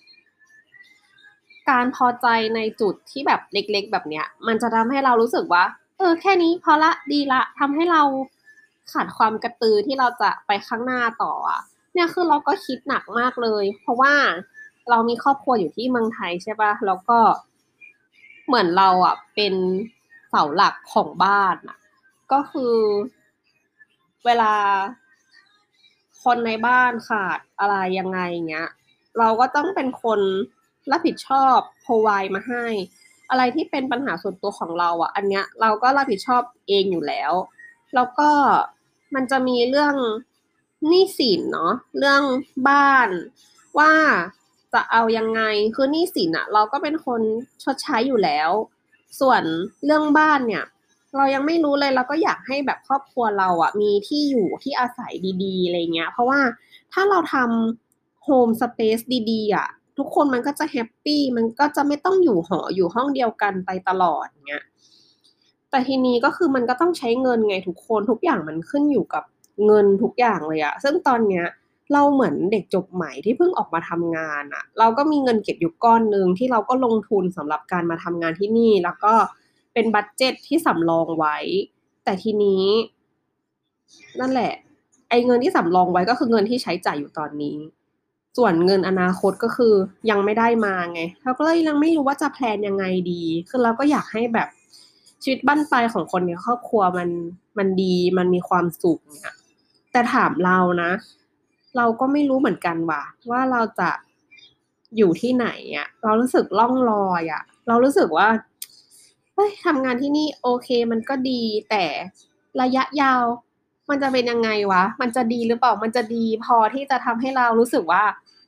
การพอใจในจุดที่แบบเล็กๆแบบเนี้ยมันจะทำให้เรารู้สึกว่าเออแค่นี้พอละดีละทำให้เราขาดความกระตือที่เราจะไปข้างหน้าต่ออ่ะเนี่ยคือเราก็คิดหนักมากเลยเพราะว่าเรามีครอบครัวอยู่ที่เมืองไทยใช่ปะแล้วก็เหมือนเราอ่ะเป็นเสาหลักของบ้านอ่ะก็คือเวลาคนในบ้านขาดอะไรยังไงเงี้ย เราก็ต้องเป็นคนรับผิดชอบ provide มาให้อะไรที่เป็นปัญหาส่วนตัวของเราอ่ะอันเนี้ยเราก็รับผิดชอบเองอยู่แล้วแล้วก็มันจะมีเรื่องหนี้สินเนาะเรื่องบ้านว่าจะเอายังไงคือหนี้สินอ่ะเราก็เป็นคนชดใช้อยู่แล้วส่วนเรื่องบ้านเนี่ยเรายังไม่รู้เลยเราก็อยากให้แบบครอบครัวเราอ่ะมีที่อยู่ที่อาศัยดีๆอะไรเงี้ยเพราะว่าถ้าเราทำ โฮมสเปซดีๆอ่ะทุกคนมันก็จะแฮปปี้มันก็จะไม่ต้องอยู่หออยู่ห้องเดียวกันไปตลอดเงี้ยแต่ทีนี้ก็คือมันก็ต้องใช้เงินไงทุกคนทุกอย่างมันขึ้นอยู่กับเงินทุกอย่างเลยอะซึ่งตอนเนี้ยเราเหมือนเด็กจบใหม่ที่เพิ่งออกมาทำงานอะเราก็มีเงินเก็บอยู่ก้อนหนึ่งที่เราก็ลงทุนสำหรับการมาทำงานที่นี่แล้วก็เป็นบัดเจ็ตที่สำรองไว้แต่ทีนี้นั่นแหละไอ้เงินที่สำรองไว้ก็คือเงินที่ใช้จ่ายอยู่ตอนนี้ ส่วนเงินอนาคตก็คือยังไม่ได้มาไงเราก็เลยยังไม่รู้ว่าจะแพลนยังไงดีคือเราก็อยากให้แบบชีวิตบั้นปลายของคนในครอบครัวมันมันดีมันมีความสุขเนี่ยแต่ถามเรานะเราก็ไม่รู้เหมือนกันว่ะว่าเราจะอยู่ที่ไหนอ่ะเรารู้สึกล่องลอยอ่ะเรารู้สึกว่าเฮ้ยทำงานที่นี่โอเคมันก็ดีแต่ระยะยาว มันจะเป็นยังไงวะ มันจะดีหรือเปล่า มันจะดีพอที่จะทำให้เรารู้สึกว่า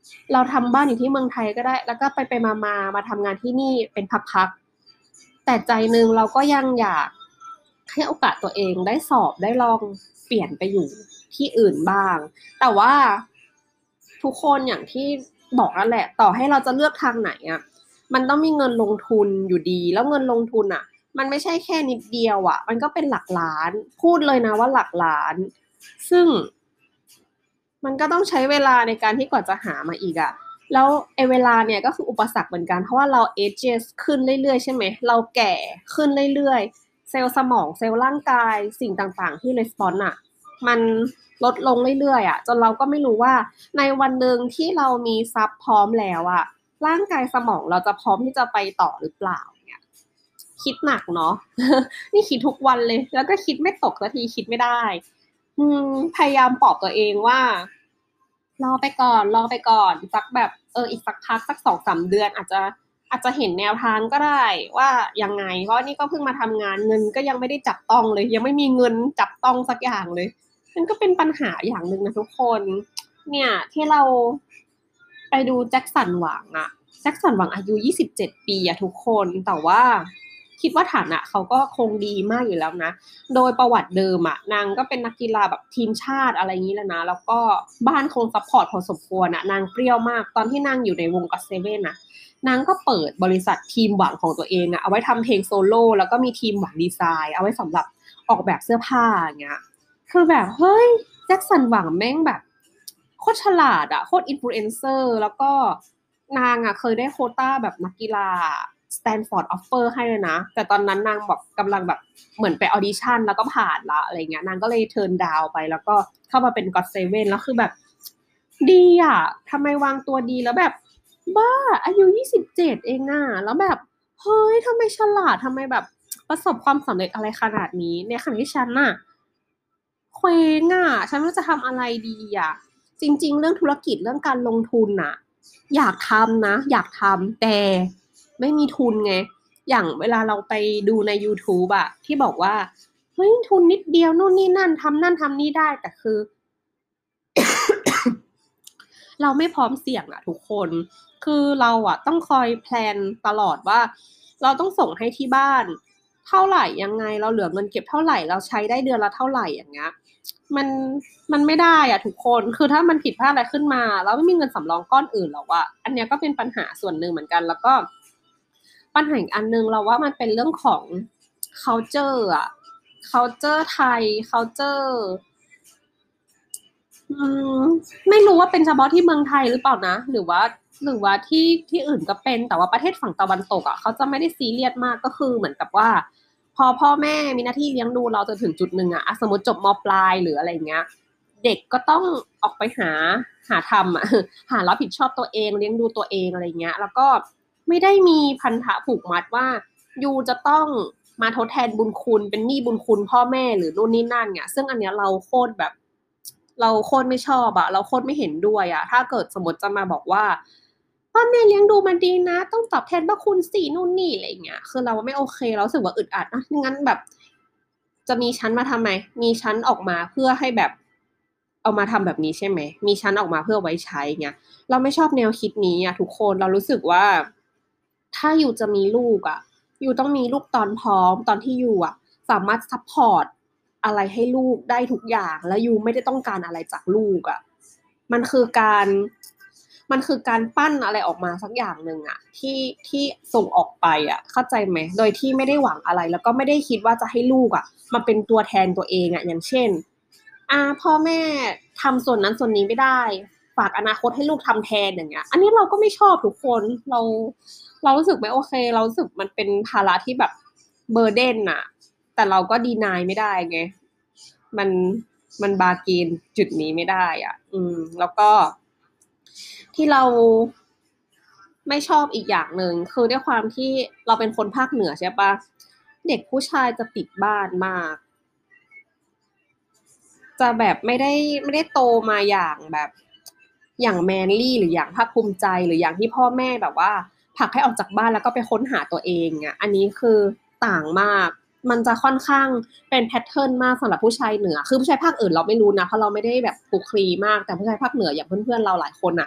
เราทำบ้านอยู่ที่เมืองไทยก็ได้แล้วก็ไปไปมามามาทำงานที่นี่เป็นพักๆแต่ใจหนึ่งเราก็ยังอยากให้โอกาสตัวเองได้สอบได้ลองเปลี่ยนไปอยู่ที่อื่นบ้างแต่ว่าทุกคนอย่างที่บอกนั่นแหละต่อให้เราจะเลือกทางไหนอ่ะมันต้องมีเงินลงทุนอยู่ดีแล้วเงินลงทุนอ่ะมันไม่ใช่แค่นิดเดียวอ่ะมันก็เป็นหลักล้านพูดเลยนะว่าหลักล้านซึ่งมันก็ต้องใช้เวลาในการที่กว่าจะหามาอีกอ่ะแล้วไอ้เวลาเนี่ยก็คืออุปสรรคเหมือนกันเพราะว่าเรา ages ขึ้นเรื่อยๆใช่ไหมเราแก่ขึ้นเรื่อยๆเซลล์สมองเซลล์ร่างกายสิ่งต่างๆที่ response อ่ะมันลดลงเรื่อยๆอ่ะจนเราก็ไม่รู้ว่าในวันหนึ่งที่เรามีทรัพย์พร้อมแล้วอ่ะร่างกายสมองเราจะพร้อมที่จะไปต่อหรือเปล่าเนี่ยคิดหนักเนาะ นี่คิดทุกวันเลยแล้วก็คิดไม่ตกสักทีคิดไม่ได้อืมพยายามปลอบตัวเองว่ารอไปก่อนรอไปก่อนสักแบบเอออีกสักพักสักสองสามเดือนอาจจะอาจจะเห็นแนวทางก็ได้ว่ายังไงเพราะนี่ก็เพิ่งมาทำงานเงินก็ยังไม่ได้จับต้องเลยยังไม่มีเงินจับต้องสักอย่างเลยมันก็เป็นปัญหาอย่างหนึ่งนะทุกคนเนี่ยที่เราไปดูแจ็คสันหวังอะแจ็คสันหวังอายุยี่สิบเจ็ดปีอะทุกคนแต่ว่าคิดว่าฐานะเขาก็คงดีมากอยู่แล้วนะ โดยประวัติเดิมอะนางก็เป็นนักกีฬาแบบทีมชาติอะไรอย่างนี้แล้วนะแล้วก็บ้านคงซัพพอร์ตพอสมควรอะนางเปรี้ยวมากตอนที่นางอยู่ในวงก็อตเซเว่นอะนางก็เปิดบริษัททีมหวังของตัวเองอะเอาไว้ทำเพลงโซโล่แล้วก็มีทีมหวังดีไซน์เอาไว้สำหรับออกแบบเสื้อผ้าอย่างเงี้ยคือแบบเฮ้ยแจ็คสันหวังแม่งแบบโคตรฉลาดอะโคตรอินฟลูเอนเซอร์แล้วก็นางอะเคยได้โควต้าแบบนักกีฬา สแตนฟอร์ด ออฟเฟอร์ ให้เลยนะแต่ตอนนั้นนางแบบกำลังแบบเหมือนไปออดิชั่นแล้วก็ผ่านละอะไรเงี้ยนางก็เลยเทิร์นดาวไปแล้วก็เข้ามาเป็นก็อตเซเว่นแล้วคือแบบดีอ่ะทำไมวางตัวดีแล้วแบบบ้าอายุยี่สิบเจ็ดเองอ่ะแล้วแบบเฮ้ยทำไมฉลาดทำไมแบบประสบความสำเร็จอะไรขนาดนี้ในขณะที่ฉันน่ะเคว้งอ่ะฉันไม่รู้จะทำอะไรดีอ่ะจริงๆเรื่องธุรกิจเรื่องการลงทุนน่ะอยากทำนะอยากทำแต่ไม่มีทุนไง อย่างเวลาเราไปดูใน YouTube อะที่บอกว่าเฮ้ยทุนนิดเดียวนู่นนี่นั่นทำนั่นทำนี่ได้แต่คือ เราไม่พร้อมเสี่ยงอะทุกคน คือเราอะต้องคอยแพลนตลอดว่าเราต้องส่งให้ที่บ้านเท่าไหร่ยังไงเราเหลือเงินเก็บเท่าไหร่เราใช้ได้เดือนละเท่าไหร่อย่างเงี้ยมันมันไม่ได้อะทุกคนคือถ้ามันผิดพลาดอะไรขึ้นมาแล้วไม่มีเงินสำรองก้อนอื่นหรอกอะอันเนี้ยก็เป็นปัญหาส่วนหนึ่งเหมือนกันแล้วก็ปัญหาอีกอันนึงเราว่ามันเป็นเรื่องของ culture อะ culture ไทย culture อืมไม่รู้ว่าเป็นเฉพาะที่เมืองไทยหรือเปล่านะหรือว่าหรือว่าที่ที่อื่นก็เป็นแต่ว่าประเทศฝั่งตะวันตกอ่ะเขาจะไม่ได้ซีเรียสมากก็คือเหมือนกับว่าพอพ่อแม่มีหน้าที่เลี้ยงดูเราจนถึงจุดหนึ่งอ่ะสมมติจบมปลายหรืออะไรเงี้ยเด็กก็ต้องออกไปหาหาทำอ่ะหารับผิดชอบตัวเองเลี้ยงดูตัวเองอะไรเงี้ยแล้วก็ไม่ได้มีพันธะผูกมัดว่ายูจะต้องมาทดแทนบุญคุณเป็นหนี้บุญคุณพ่อแม่หรือนู่นนี่นั่นเนี่ยซึ่งอันเนี้ยเราโคตรแบบ เราโคตรไม่ชอบอะเราโคตรไม่เห็นด้วยอะถ้าเกิดสมมติจะมาบอกว่าพ่อแม่เลี้ยงดูมันดีนะต้องตอบแทนพระคุณสี่นู่นนี่อะไรเงี้ยคือเราไม่โอเคเราสึกว่าอึดอัดนะงั้นแบบจะมีชั้นมาทำไมมีชั้นออกมาเพื่อให้แบบเอามาทำแบบนี้ใช่ไหมมีชั้นออกมาเพื่อไว้ใช้เงี้ยเราไม่ชอบแนวคิดนี้อะทุกคนเรารู้สึกว่าถ้าอยู่จะมีลูกอะอยู่ต้องมีลูกตอนพร้อมตอนที่อยู่อะสามารถซัพพอร์ต อะไรให้ลูกได้ทุกอย่างแล้วยูไม่ได้ต้องการอะไรจากลูกอ่ะมันคือการมันคือการปั้นอะไรออกมาสักอย่างหนึ่งอ่ะที่ที่ส่งออกไปอ่ะเข้าใจไหมโดยที่ไม่ได้หวังอะไรแล้วก็ไม่ได้คิดว่าจะให้ลูกอ่ะมาเป็นตัวแทนตัวเองอ่ะอย่างเช่นอ่าพ่อแม่ทำส่วนนั้นส่วนนี้ไม่ได้ฝากอนาคตให้ลูกทำแทนอย่างเงี้ยอันนี้เราก็ไม่ชอบทุกคนเราเรารู้สึกไม่โอเคเรารู้สึกมันเป็นภาระที่แบบเบอร์เดนอะ แต่เราก็ดีนายไม่ได้ไง มันมันบาร์เกนจุดนี้ไม่ได้อ่ะ อืม แล้วก็ที่เราไม่ชอบอีกอย่างหนึ่งคือด้วยความที่เราเป็นคนภาคเหนือใช่ปะเด็กผู้ชายจะติดบ้านมาก จะแบบไม่ได้ไม่ได้โตมาอย่างแบบอย่างแมนลี่หรืออย่างภาคภูมิใจหรืออย่างที่พ่อแม่แบบว่าผลักให้ออกจากบ้านแล้วก็ไปค้นหาตัวเองอ่ะอันนี้คือต่างมากมันจะค่อนข้างเป็นแพทเทิร์นมากสำหรับผู้ชายเหนือคือผู้ชายภาคอื่นเราไม่รู้นะเพราะเราไม่ได้แบบคลุกคลีมากแต่ผู้ชายภาคเหนืออย่างเพื่อนๆเราหลายคนอ่ะ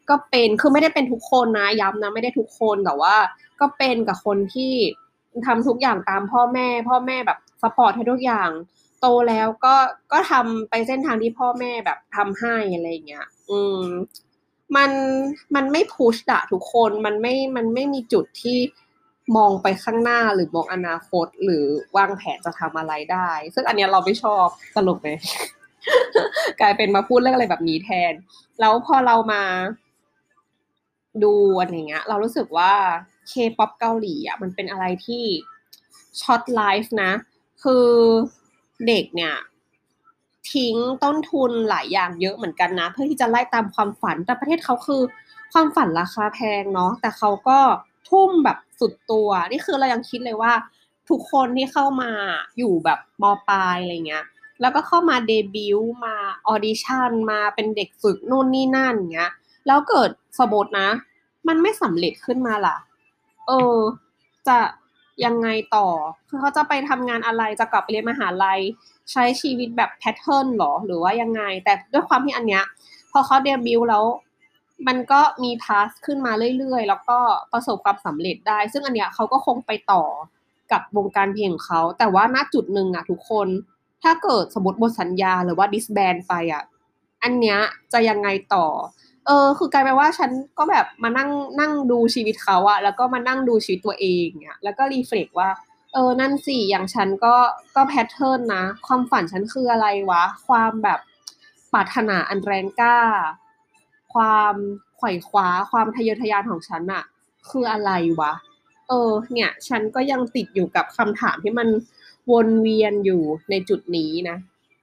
ก็เป็นคือไม่ได้เป็นทุกคนนะย้ำนะไม่ได้ทุกคนแต่ว่าก็เป็นกับคนที่ทำทุกอย่างตามพ่อแม่พ่อแม่แบบซัพพอร์ตให้ทุกอย่างโตแล้วก็ก็ทำไปเส้นทางที่พ่อแม่แบบทำให้อะไรอย่างเงี้ยอืมมันมันไม่พุชอะทุกคนมันไม่มันไม่มีจุดที่มองไปข้างหน้าหรือมองอนาคตหรือวางแผนจะทำอะไรได้ซึ่งอันเนี้ยเราไม่ชอบตลกไหม กลายเป็นมาพูดเรื่องอะไรแบบนี้แทนแล้วพอเรามาดูอะไรเงี้ยเรารู้สึกว่า K-pop เกาหลีอ่ะมันเป็นอะไรที่ช็อตไลฟ์นะคือเด็กเนี่ยทิ้งต้นทุนหลายอย่างเยอะเหมือนกันนะเพื่อที่จะไล่ตามความฝันแต่ประเทศเขาคือความฝันราคาแพงเนาะแต่เขาก็ทุ่มแบบสุดตัวนี่คือเรายังคิดเลยว่าทุกคนที่เข้ามาอยู่แบบมปลายอะไรเงี้ย แล้วก็เข้ามาเดบิวต์มาออดิชั่นมาเป็นเด็กฝึกนู่นนี่นั่นเงี้ยแล้วเกิดสมมตินะมันไม่สำเร็จขึ้นมาล่ะเออจะยังไงต่อคือเขาจะไปทำงานอะไรจะกลับไปเรียนมหาลัยใช้ชีวิตแบบแพทเทิร์นหรอหรือว่ายังไงแต่ด้วยความที่อันเนี้ยพอเขาเดบิวต์แล้วมันก็มีพาสขึ้นมาเรื่อยๆแล้วก็ประสบความสำเร็จได้ซึ่งอันเนี้ยเขาก็คงไปต่อกับวงการเพลงของเขาแต่ว่าณจุดหนึ่งอะทุกคน ถ้าเกิดสมมติหมดสัญญาหรือว่าดิสแบนไปอ่ะอันเนี้ยจะยังไงต่อเออคือกลายเป็นว่าฉันก็แบบมานั่งนั่งดูชีวิตเขาอะแล้วก็มานั่งดูชีวิตตัวเองเนี่ยแล้วก็รีเฟล็กว่าเออนั่นสิอย่างฉันก็ก็แพทเทิร์นนะความฝันฉันคืออะไรวะความแบบปรารถนาอันแรงกล้าความไขว่คว้าความทะเยอทะยานของฉันอะคืออะไรวะ เออเนี่ยฉันก็ยังติดอยู่กับคำถามที่มันวนเวียนอยู่ในจุดนี้นะ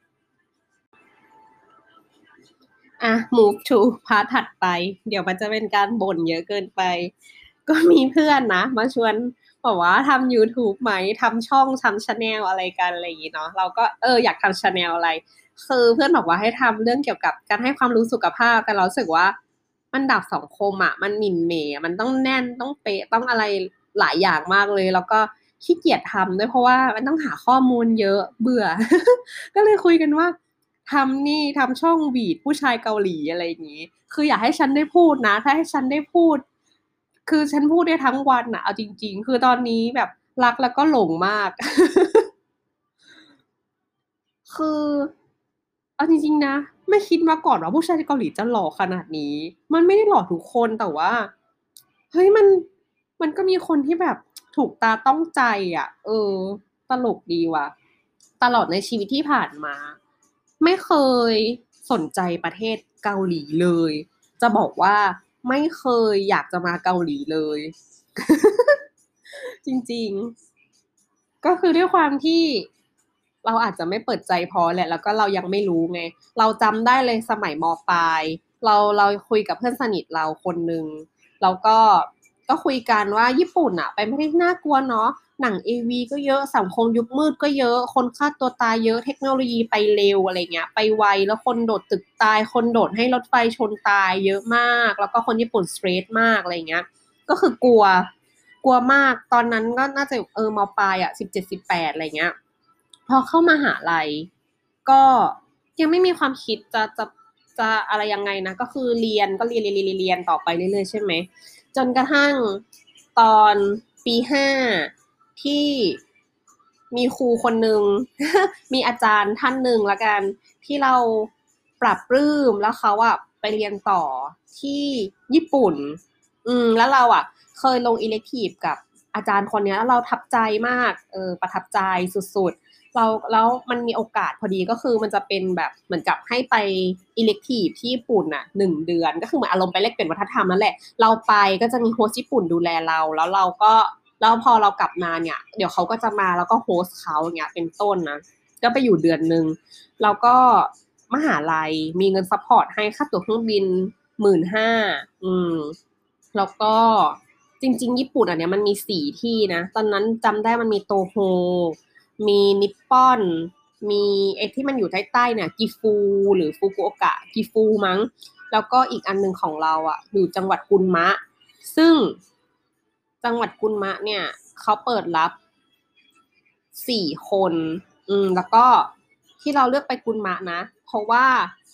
อ่ะ move to พาร์ทถัดไปเดี๋ยวมันจะเป็นการบ่นเยอะเกินไปก็มีเพื่อนนะมาชวนบอกว่าทำ YouTube ไหมทำช่องทำชาแนลอะไรกันอะไรอย่างงี้เนาะเราก็เอออยากทำชาแนลอะไรคือเพื่อนบอกว่าให้ทำเรื่องเกี่ยวกับการให้ความรู้สุขภาพแต่เรารู้สึกว่ามันดับสังคมอ่ะมันหมิ่นเหม่อะมันต้องแน่นต้องเป๊ะต้องอะไรหลายอย่างมากเลยแล้วก็ขี้เกียจทำด้วยเพราะว่ามันต้องหาข้อมูลเยอะเบื่อก็เลยคุยกันว่า ทำนี่ทำช่องวีดผู้ชายเกาหลีอะไรอย่างงี้คืออยากให้ฉันได้พูดนะถ้าให้ฉันได้พูดคือฉันพูดได้ทั้งวันอะเอาจริงๆคือตอนนี้แบบรักแล้วก็หลงมากคือเอาจริงๆนะไม่คิดมาก่อนว่าผู้ชายเกาหลีจะหล่อขนาดนี้มันไม่ได้หล่อทุกคนแต่ว่าเฮ้ยมันมันก็มีคนที่แบบถูกตาต้องใจอ่ะเออตลกดีว่ะตลอดในชีวิตที่ผ่านมา ไม่เคยสนใจประเทศเกาหลีเลยจะบอกว่าไม่เคยอยากจะมาเกาหลีเลยจริงๆก็คือด้วยความที่เราอาจจะไม่เปิดใจพอแหละแล้วก็เรายังไม่รู้ไงเราจำได้เลยสมัยมปลายเราเราคุยกับเพื่อนสนิทเราคนหนึ่งแล้วก็ก็คุยกันว่าญี่ปุ่นอะไปไม่ได้น่ากลัวเนาะ หนังเอวีก็เยอะสังคมยุคมืดก็เยอะคนฆ่าตัวตายเยอะเทคโนโลยีไปเร็วอะไรเงี้ยไปไวแล้วคนโดดตึกตายคนโดดให้รถไฟชนตายเยอะมากแล้วก็คนญี่ปุ่นสเตรทมากอะไรเงี้ยก็คือกลัวกลัวมากตอนนั้นก็น่าจะเออมปลายอ่ะสิบเจ็ดสิบแปดอะไรเงี้ยพอเข้ามาหาลัยก็ยังไม่มีความคิดจะจะจะอะไรยังไงนะก็คือเรียนก็เรียนเรียนเรียนเรียนต่อไปเรื่อยๆใช่ไหมจนกระทั่งตอนปีห้า ที่มีครูคนหนึ่ง มีอาจารย์ท่านหนึ่งละกันที่เราปรับปลื้มแล้วเขาอะไปเรียนต่อที่ญี่ปุ่นอืมแล้วเราอะเคยลงอิเล็กทีฟกับอาจารย์คนนี้แล้วเราทับใจมากเออประทับใจสุดๆเราแล้วมันมีโอกาสพอดีก็คือมันจะเป็นแบบเหมือนกับให้ไปอิเล็กทีฟที่ญี่ปุ่นอ่ะหนึ่งเดือนก็คือเหมือนอารมณ์ไปแลกเปลี่ยนวัฒนธรรมนั่นแหละเราไปก็จะมีโฮสต์ญี่ปุ่นดูแลเราแล้วเราก็ แล้วพอเรากลับมาเนี่ยเดี๋ยวเขาก็จะมาแล้วก็โฮสต์เขาอย่างเงี้ยเป็นต้นนะก็ไปอยู่เดือนหนึ่งแล้วก็มหาลัยมีเงินซัพพอร์ตให้ค่าตั๋วเครื่องบินหมื่นห้าอืมแล้วก็จริงๆญี่ปุ่นอันเนี้ยมันมีสี่ที่นะตอนนั้นจำได้มันมีโตโฮมีนิปปอนมีไอ้ที่มันอยู่ใต้ๆเนี่ยกิฟูหรือฟุกุโอกะกิฟูมั้งแล้วก็อีกอันหนึงของเราอ่ะอยู่จังหวัดกุนมะซึ่ง จังหวัดกุนมะเนี่ยเขาเปิดรับสี่คนอืมแล้วก็ที่เราเลือกไปกุนมะนะเพราะว่า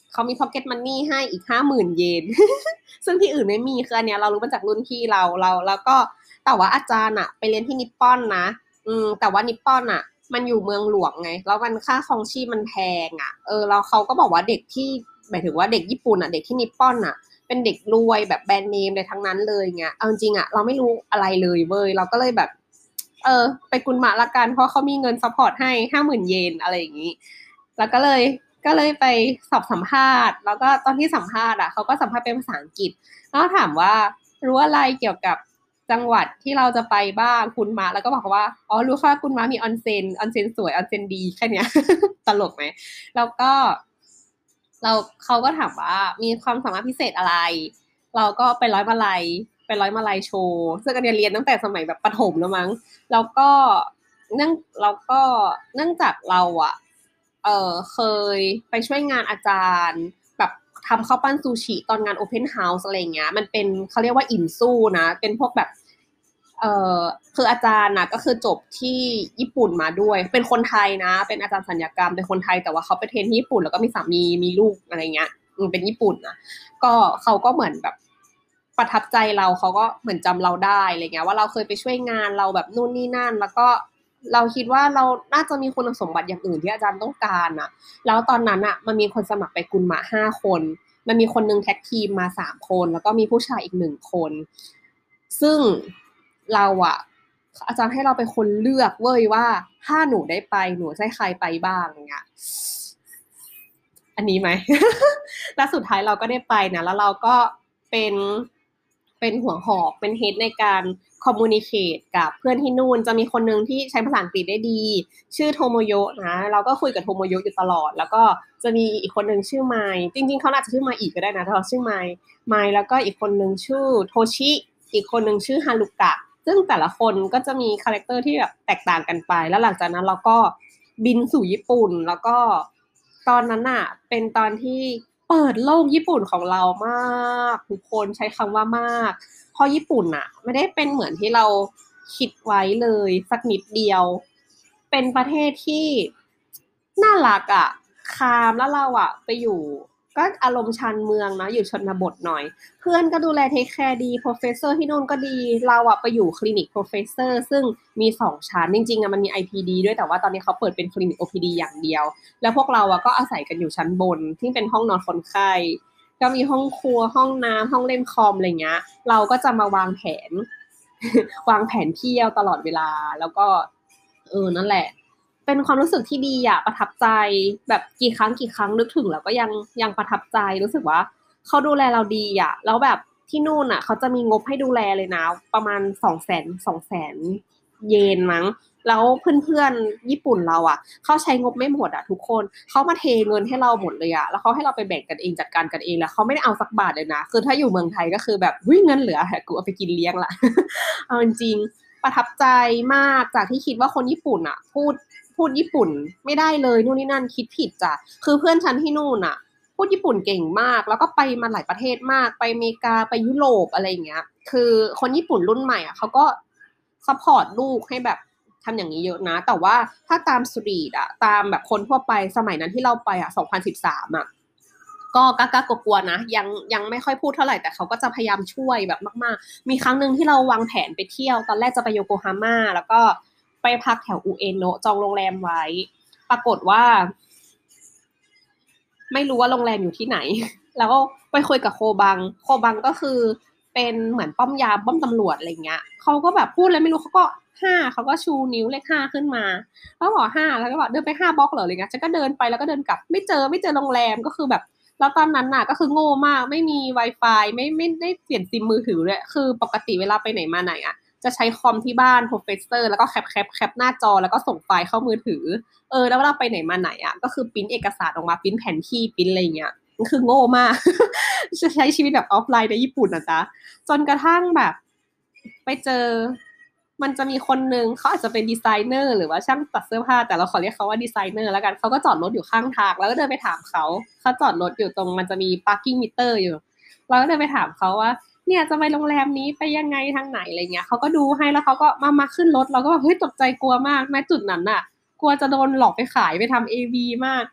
เขามี pocket money ให้อีกห้าหมื่นเยน ซึ่งที่อื่นไม่มีคืออันเนี้ยเรารู้มาจากรุ่นพี่เราเราแล้วก็แต่ว่าอาจารย์อะไปเรียนที่นิปปอนนะอืมแต่ว่านิปปอนอะมันอยู่เมืองหลวงไงแล้วมันค่าครองชีพมันแพงอะเออแล้วเขาก็บอกว่าเด็กที่หมายถึงว่าเด็กญี่ปุ่นอะเด็กที่นิปปอนอะเป็นเด็กรวยแบบแบรนด์เนมเลยทั้งนั้นเลยเงี้ยเอาจริงอะเราไม่รู้อะไรเลยเว้ยเราก็เลยแบบเออไปกุนมะละกันเพราะเขามีเงินซัพพอร์ตให้ห้าหมื่นเยนอะไรอย่างงี้แล้วก็เลยก็เลยไปสอบสัมภาษณ์แล้วก็ตอนที่สัมภาษณ์อ่ะเขาก็สัมภาษณ์เป็นภาษาอังกฤษแล้วถามว่ารู้อะไรเกี่ยวกับจังหวัดที่เราจะไปบ้างคุณมาแล้วก็บอกว่าอ๋อรู้ค่ะคุณมามีออนเซ็นออนเซ็นสวยออนเซ็นดีแค่เนี้ย ตลกไหมแล้วก็เราเขาก็ถามว่ามีความสามารถพิเศษอะไรเราก็ไปร้อยมาลัยไปร้อยมาลัยโชว์ซึ่งอันเนี้ยเรียนตั้งแต่สมัยแบบประถมแล้วมั้งแล้วก็เนื่องแล้วก็เนื่องจากเราอะเออเคยไปช่วยงานอาจารย์แบบทำข้าวปั้นซูชิตอนงานโอเพนเฮาส์อะไรเงี้ยมันเป็นเขาเรียกว่าอินซูนะเป็นพวกแบบ เอ่อคืออาจารย์นะก็คือจบที่ญี่ปุ่นมาด้วยเป็นคนไทยนะเป็นอาจารย์ศัลยกรรมเป็นคนไทยแต่ว่าเขาไปเทรนที่ญี่ปุ่นแล้วก็มีสามีมีลูกอะไรเงี้ยเป็นญี่ปุ่นนะก็เขาก็เหมือนแบบประทับใจเราเขาก็เหมือนจำเราได้อะไรเงี้ยว่าเราเคยไปช่วยงานเราแบบนู่นนี่นั่นแล้วก็เราคิดว่าเราน่าจะมีคุณสมบัติอย่างอื่นที่อาจารย์ต้องการอ่ะแล้วตอนนั้นอ่ะมันมีคนสมัครไปกุนมาห้าคนมันมีคนนึงแท็กทีมมาสามคนแล้วก็มีผู้ชายอีกหนึ่งคนซึ่งเราอะอาจารย์ให้เราเป็นคนเลือกเว้ยว่าถ้าหนูได้ไปหนูจะให้ใครไปบ้างเงี้ยอันนี้ไหม แล้วสุดท้ายเราก็ได้ไปนะแล้วเราก็เป็นเป็นหัวหอกเป็นเฮดในการคอมมูนิเคตกับเพื่อนที่นู่นจะมีคนหนึ่งที่ใช้ภาษาอังกฤษได้ดีชื่อโทโมโยะนะเราก็คุยกับโทโมโยะอยู่ตลอดแล้วก็จะมีอีกคนหนึ่งชื่อไมค์จริงๆเขาอาจจะชื่อไมค์อีกก็ได้นะแต่เราชื่อไมค์ไมค์แล้วก็อีกคนหนึ่งชื่อโทชิอีกคนหนึ่งชื่อฮารุกะซึ่งแต่ละคนก็จะมีคาแรคเตอร์ที่แบบแตกต่างกันไปแล้วหลังจากนั้นเราก็บินสู่ญี่ปุ่นแล้วก็ตอนนั้นน่ะเป็นตอนที่เปิดโลกญี่ปุ่นของเรามากทุกคนใช้คำว่ามากเพราะญี่ปุ่นน่ะไม่ได้เป็นเหมือนที่เราคิดไว้เลยสักนิดเดียวเป็นประเทศที่น่ารักอ่ะคามแล้วเราอ่ะไปอยู่ก็อารมณ์ชานเมืองนะอยู่ชนบทหน่อย เพื่อนก็ดูแลเทคแคร์ดีโปรเฟสเซอร์ที่นู่นก็ดีเราอะไปอยู่คลินิกโปรเฟสเซอร์ซึ่งมีสองชั้นจริงๆอะมันมี ไอ พี ดี ด้วยแต่ว่าตอนนี้เขาเปิดเป็นคลินิก โอ พี ดี อย่างเดียวแล้วพวกเราอะก็อาศัยกันอยู่ชั้นบนที่เป็นห้องนอนคนไข้ก็มีห้องครัวห้องน้ำห้องเล่นคอมอะไรเงี้ยเราก็จะมาวางแผนวางแผนเที่ยวตลอดเวลาแล้วก็เออนั่นแหละเป็นความรู้สึกที่ดีอะประทับใจแบบกี่ครั้งกี่ครั้งนึกถึงแล้วก็ยังยังประทับใจรู้สึกว่า เขาดูแลเราดีอ่ะแล้วแบบที่นู่นอ่ะเขาจะมีงบให้ดูแลเลยนะประมาณสองแสนสองแสนเยนมั้งแล้วเพื่อนๆญี่ปุ่นเราอ่ะเขาใช้งบไม่หมดอ่ะทุกคนเขามาเทเงินให้เราหมดเลยอ่ะแล้วเขาให้เราไปแบ่งกันเองจัดการกันเองแล้วเขาไม่ได้เอาสักบาทเลยนะคือถ้าอยู่เมืองไทยก็คือแบบวิ่งเงินเหลือกูเอาไปกินเลี้ยงละ เอาจริงๆประทับใจมากจากที่คิดว่าคนญี่ปุ่นอ่ะพูดพูดญี่ปุ่นไม่ได้เลยนู่นนี่นั่นคิดผิดจ้ะคือเพื่อนฉันที่นู่นอ่ะ พูดญี่ปุ่นเก่งมากแล้วก็ไปมาหลายประเทศมากไปอเมริกาไปยุโรปอะไรอย่างเงี้ยคือคนญี่ปุ่นรุ่นใหม่อ่ะเขาก็ซัพพอร์ตลูกให้แบบทำอย่างนี้เยอะนะแต่ว่าถ้าตามสตรีทอ่ะตามแบบคนทั่วไปสมัยนั้นที่เราไปอ่ะสองพันสิบสามอ่ะก็กล้าๆกลัวๆนะยังยังไม่ค่อยพูดเท่าไหร่แต่เขาก็จะพยายามช่วยแบบมากๆมีครั้งหนึ่งที่เราวางแผนไปเที่ยวตอนแรกจะไปโยโกฮาม่าแล้วก็ไปพักแถวอุเอโนะจองโรงแรมไว้ปรากฏว่า ไม่รู้ว่าโรงแรมอยู่ที่ไหน แล้วก็ไปคุยกับโคบังโคบังก็คือเป็นเหมือนป้อมยามป้อมตำรวจอะไรเงี้ยเขาก็แบบพูดอะไรไม่รู้เขาก็ห้าเขาก็ชูนิ้วเลขห้าขึ้นมาแล้วบอกห้าแล้วก็บอกเดินไปห้าบล็อกเหรออะไรเงี้ยฉันก็เดินไปแล้วก็เดินกลับไม่เจอไม่เจอโรงแรมก็คือแบบแล้วตอนนั้นน่ะก็คือโง่มากไม่มี Wi-Fi ไม่ไม่ได้เปลี่ยนซิมมือถือด้วยคือปกติเวลาไปไหนมาไหนอ่ะจะใช้คอมที่บ้านโปรเฟสเซอร์แล้วก็แคปแคปแคปหน้าจอแล้วก็ส่งไฟล์เข้ามือถือ เออแล้วเวลาไปไหนมาไหนอ่ะก็คือปริ้นเอกสารออกมาปริ้นแผนที่ปริ้นอะไรเงี้ยคือโง่มากจะใช้ชีวิตแบบออฟไลน์ในญี่ปุ่นนะจ๊ะจนกระทั่งแบบไปเจอมันจะมีคนนึงเขาอาจจะเป็นดีไซเนอร์หรือว่าช่างตัดเสื้อผ้าแต่เราขอเรียกเขาว่าดีไซเนอร์แล้วกันเขาก็จอดรถอยู่ข้างทางแล้วก็เดินไปถามเขาเขาจอดรถอยู่ตรงมันจะมี parking meter อยู่เราก็เดินไปถามเขาว่าเนี่ยจะไปโรงแรมนี้ไปยังไงทางไหนอะไรเงี้ยเขาก็ดูให้แล้วเขาก็มามาขึ้นรถเราก็แบบเฮ้ยตกใจกลัวมากแม้จุดนั้นน่ะ กลัวจะโดนหลอกไปขายไปทำเอวีมาก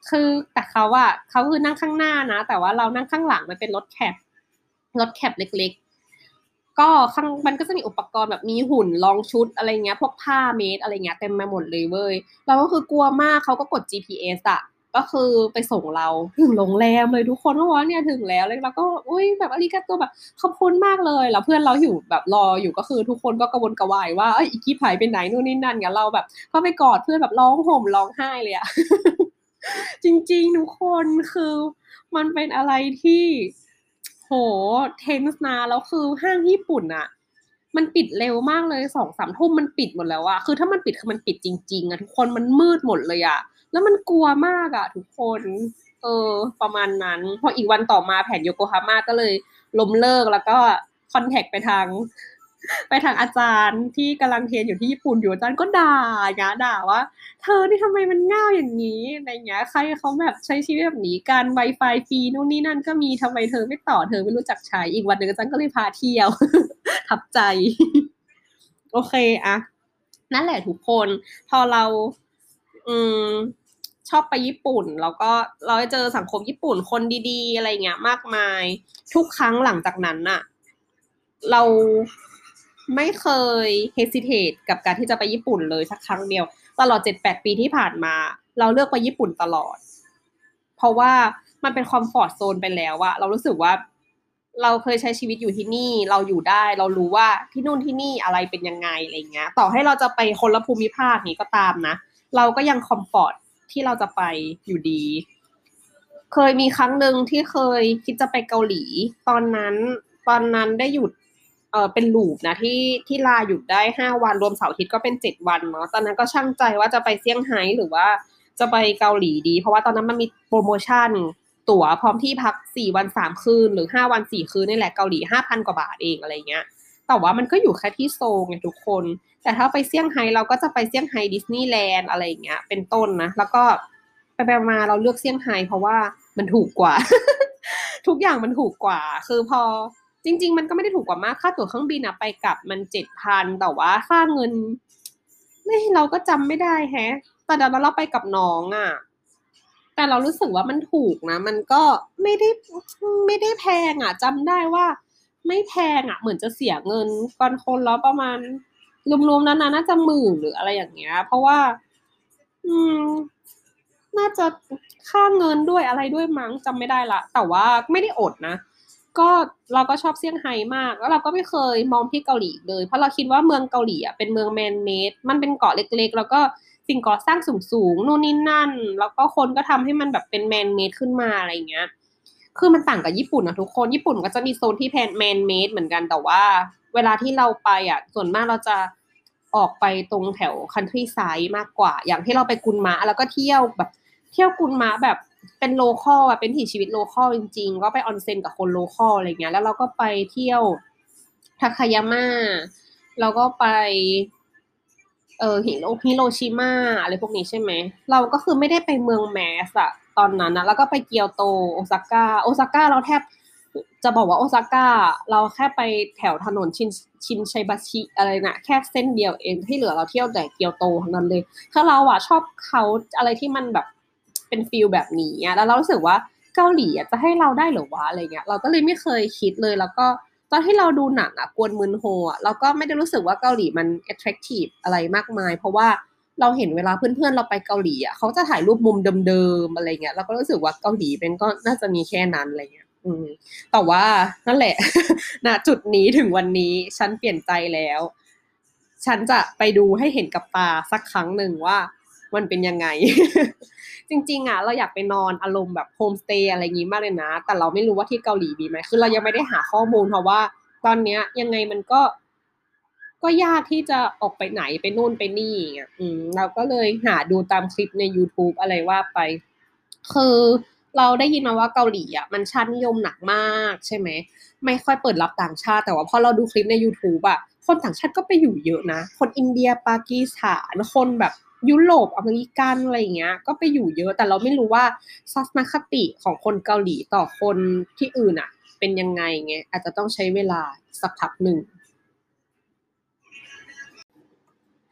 คือแต่เขาอะเขาคือนั่งข้างหน้านะแต่ว่าเรานั่งข้างหลังมันเป็นรถแคปรถแคปเล็กๆก็ข้างมันก็จะมีอุปกรณ์แบบมีหุ่นรองชุดอะไรเงี้ยพวกผ้าเมดอะไรเงี้ยเต็มไปหมดเลยเว้ยเราก็คือกลัวมากเขาก็กด จี พี เอส อะก็คือไปส่งเราถึงโรงแรมเลยทุกคนก็บอกว่าเนี่ยถึงแล้วเลยเราก็อุ้ยแบบอาริกาโตแบบขอบคุณมากเลยแล้วเพื่อนเราอยู่แบบรออยู่ก็คือทุกคนก็กระวนกระวายว่าเอ้ยอีกี้ไผ่ไปไหนนู่นนี่นั่นเงี้ยเราแบบก็ไปกอดเพื่อนแบบร้องห่มร้องไห้เลยอะ จริงๆทุกคนคือมันเป็นอะไรที่โหเทนส์นะแล้วคือห้างญี่ปุ่นอะมันปิดเร็วมากเลยสองสามทุ่มมันปิดหมดแล้วอะคือถ้ามันปิดคือมันปิดจริงๆอะทุกคนมันมืดหมดเลยอะแล้วมันกลัวมากอะทุกคนเออประมาณนั้นพออีกวันต่อมาแผนโยโกฮาม่าก็เลยล้มเลิกแล้วก็คอนแทคไปทางไปทางอาจารย์ที่กำลังเรียนอยู่ที่ญี่ปุ่นอยู่อาจารย์ก็ด่าอย่างเงี้ยด่าว่า เธอนี่ทำไมมันง่าวอย่างนี้อะไรเงี้ยใครเขาแบบใช้ชีวิตแบบนี้กัน Wi-Fi ฟรีนู่นนี่นั่นก็มีทำไมเธอไม่ต่อเธอไม่รู้จักใช้อีกวันหนึ่งอาจารย์ก็เลยพาเที่ยวทับใจโอเคอะนั่นแหละทุกคนพอเราอืมชอบไปญี่ปุ่นแล้วก็เราได้เจอสังคมญี่ปุ่นคนดีๆอะไรเงี้ยมากมายทุกครั้งหลังจากนั้นน่ะเราไม่เคย hesitate กับการที่จะไปญี่ปุ่นเลยสักครั้งเดียว ตลอดเจ็ดแปดปีที่ผ่านมาเราเลือกไปญี่ปุ่นตลอดเพราะว่ามันเป็นคอมฟอร์ตโซนไปแล้วอะเรารู้สึกว่าเราเคยใช้ชีวิตอยู่ที่นี่เราอยู่ได้เรารู้ว่าที่นู่นที่นี่อะไรเป็นยังไงอะไรเงี้ยต่อให้เราจะไปคนละภูมิภาคนี้ก็ตามนะเราก็ยังคอมฟอร์ตที่เราจะไปอยู่ดีเคยมีครั้งหนึ่งที่เคยคิดจะไปเกาหลีตอนนั้นตอนนั้นได้หยุด เออเป็นลูปนะที่ที่ลาหยุดได้ห้าวันรวมเสาร์อาทิตย์ก็เป็นเจ็ดวันเนาะตอนนั้นก็ช่างใจว่าจะไปเซี่ยงไฮ้หรือว่าจะไปเกาหลีดีเพราะว่าตอนนั้นมันมีโปรโมชั่นตั๋วพร้อมที่พักสี่วันสามคืนหรือห้าวันสี่คืนนี่แหละเกาหลีห้าพันกว่าบาทเองอะไรเงี้ยแต่ว่ามันก็อยู่แค่ที่โซลไงทุกคนแต่ถ้าไปเซี่ยงไฮ้เราก็จะไปเซี่ยงไฮ้ดิสนีย์แลนด์อะไรเงี้ยเป็นต้นนะแล้วก็ไปไปมาเราเลือกเซี่ยงไฮ้เพราะว่ามันถูกกว่าทุกอย่างมันถูกกว่าคือพอ จริงๆมันก็ไม่ได้ถูกกว่ามากค่าตั๋วเครื่องบินอะไปกลับมันเจ็ดพันแต่ว่าค่าเงินไม่เราก็จำไม่ได้แฮะแต่ตอนนั้นเราไปกับน้องอะแต่เรารู้สึกว่ามันถูกนะมันก็ไม่ได้ไม่ได้แพงอะจำได้ว่าไม่แพงอะเหมือนจะเสียเงินก่อนคนแล้วประมาณรวมๆนั้นน่าจะหมื่นหรืออะไรอย่างเงี้ยเพราะว่าอืมน่าจะค่าเงินด้วยอะไรด้วยมั้งจำไม่ได้ละแต่ว่าไม่ได้อดนะ ก็เราก็ชอบเซี่ยงไฮ้มากแล้วเราก็ไม่เคยมองที่เกาหลีเลยเพราะเราคิดว่าเมืองเกาหลีอ่ะเป็นเมืองแมนเมดมันเป็นเกาะเล็กๆแล้วก็สิ่งก่อสร้างสูงๆนู่นนี่นั่นแล้วก็คนก็ทำให้มันแบบเป็นแมนเมดขึ้นมาอะไรอย่างเงี้ยคือมันต่างกับญี่ปุ่นนะทุกคนญี่ปุ่นก็จะมีโซนที่แพนแมนเมดเหมือนกันแต่ว่าเวลาที่เราไปอ่ะส่วนมากเราจะออกไปตรงแถวคันทรีไซด์มากกว่าอย่างที่เราไปกุนมะแล้วก็เที่ยวแบบ เที่ยวกุนมะแบบเป็นโลคอลอะเป็นถีชีวิตโลคอลจริงๆก็ไปออนเซ็นกับคนโลคอลอะไรเงี้ยแล้วเราก็ไปเที่ยวทาคายาม่าเราก็ไปเออฮิโรฮิโรชิมาอะไรพวกนี้ใช่ไหมเราก็คือไม่ได้ไปเมืองแมสอะตอนนั้นนะแล้วก็ไปเกียวโตโอซาก้าโอซาก้าเราแทบจะบอกว่าโอซาก้าเราแค่ไปแถวถนนชินชินไชบาชิอะไรนะแค่เส้นเดียวเองที่เหลือเราเที่ยวแต่เกียวโตทั้งนั้นเลย คือเราอะชอบเขาอะไรที่มันแบบเป็นฟิลแบบนี้อะแล้วเรารู้สึกว่าเกาหลีอะจะให้เราได้เหรือวะอะไรเงี้ยเราก็เลยไม่เคยคิดเลยแล้วก็ตอนที่เราดูหนังอะกวนมึนโฮอะเราก็ไม่ได้รู้สึกว่าเกาหลีมัน attractive อะไรมากมายเพราะว่าเราเห็นเวลาเพื่อนๆเราไปเกาหลีอะเขาจะถ่ายรูปมุมเดิมๆอะไรเงี้ยเราก็รู้สึกว่าเกาหลีเป็นก็น่าจะมีแค่นั้นอะไรเงี้ยอืมแต่ว่านั่นแหละณจุดนี้ถึงวันนี้ฉันเปลี่ยนใจแล้ว ฉันจะไปดูให้เห็นกับตาสักครั้งหนึ่งว่ามันเป็นยังไงจริงๆอ่ะเราอยากไปนอนอารมณ์แบบโฮมสเตย์อะไรอย่างงี้มากเลยนะแต่เราไม่รู้ว่าที่เกาหลีมีไหมคือเรายังไม่ได้หาข้อมูลเพราะว่าตอนเนี้ยยังไงมันก็ก็ยากที่จะออกไปไหนไปนู่นไปนี่อ่ะอืมเราก็เลยหาดูตามคลิปใน YouTube อะไรว่าไปคือเราได้ยินมาว่าเกาหลีอ่ะมันชาตินิยมหนักมากใช่ไหม ไม่ค่อยเปิดรับต่างชาติแต่ว่าพอเราดูคลิปใน YouTube อะคนต่างชาติก็ไปอยู่เยอะนะคนอินเดียปากีสถานคนแบบยุโรปอเมริกันอะไรอย่างเงี้ยก็ไปอยู่เยอะแต่เราไม่รู้ว่าทัศนคติของคนเกาหลีต่อคนที่อื่นอะเป็นยังไงไงอาจจะต้องใช้เวลาสักพักหนึ่ง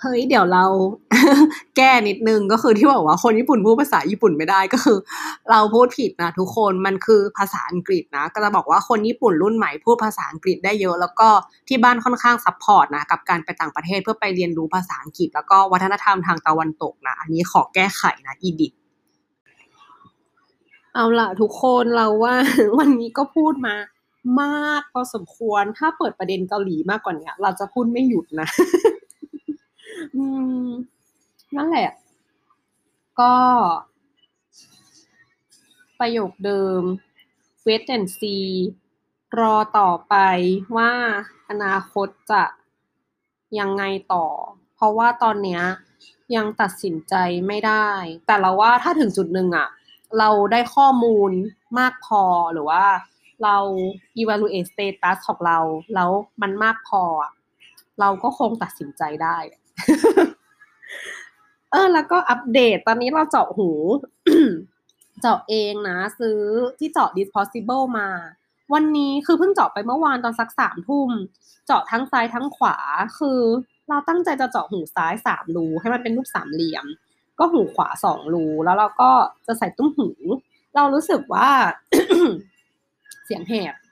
เฮ้ยเดี๋ยวเรา แก้นิดนึงก็คือที่บอกว่าคนญี่ปุ่นพูดภาษาญี่ปุ่นไม่ได้ก็คือ เราพูดผิดนะทุกคนมันคือภาษาอังกฤษนะก็จะบอกว่าคนญี่ปุ่นรุ่นใหม่พูดภาษาอังกฤษได้เยอะแล้วก็ที่บ้านค่อนข้างซัพพอร์ตนะกับการไปต่างประเทศเพื่อไปเรียนรู้ภาษาอังกฤษแล้วก็วัฒนธรรมทางตะวันตกนะอันนี้ขอแก้ไขนะอีดิทเอาล่ะทุกคนเราว่า วันนี้ก็พูดมามากพอสมควรถ้าเปิดประเด็นเกาหลีมากกว่านี้เราจะพูดไม่หยุดนะ อืมนั่นแหละ ก็ประโยคเดิม wait and see รอต่อไปว่าอนาคตจะยังไงต่อ เพราะว่าตอนเนี้ยยังตัดสินใจไม่ได้ แต่เราว่าถ้าถึงจุดหนึ่งอะเราได้ข้อมูลมากพอหรือว่าเรา evaluate status ของเราแล้วมันมากพออะเราก็คงตัดสินใจได้ เออแล้วก็อัปเดตตอนนี้เราเจาะหู เจาะเองนะซื้อที่เจาะ disposable มา วันนี้คือเพิ่งเจาะไปเมื่อวานตอนสักสามทุ่มเจาะทั้งซ้ายทั้งขวาคือเราตั้งใจจะเจาะหูซ้ายสามรูให้มันเป็นรูปสามเหลี่ยม ก็หูขวาสองรูแล้วเราก็จะใส่ตุ้มหู เรารู้สึกว่า เสียงแหบ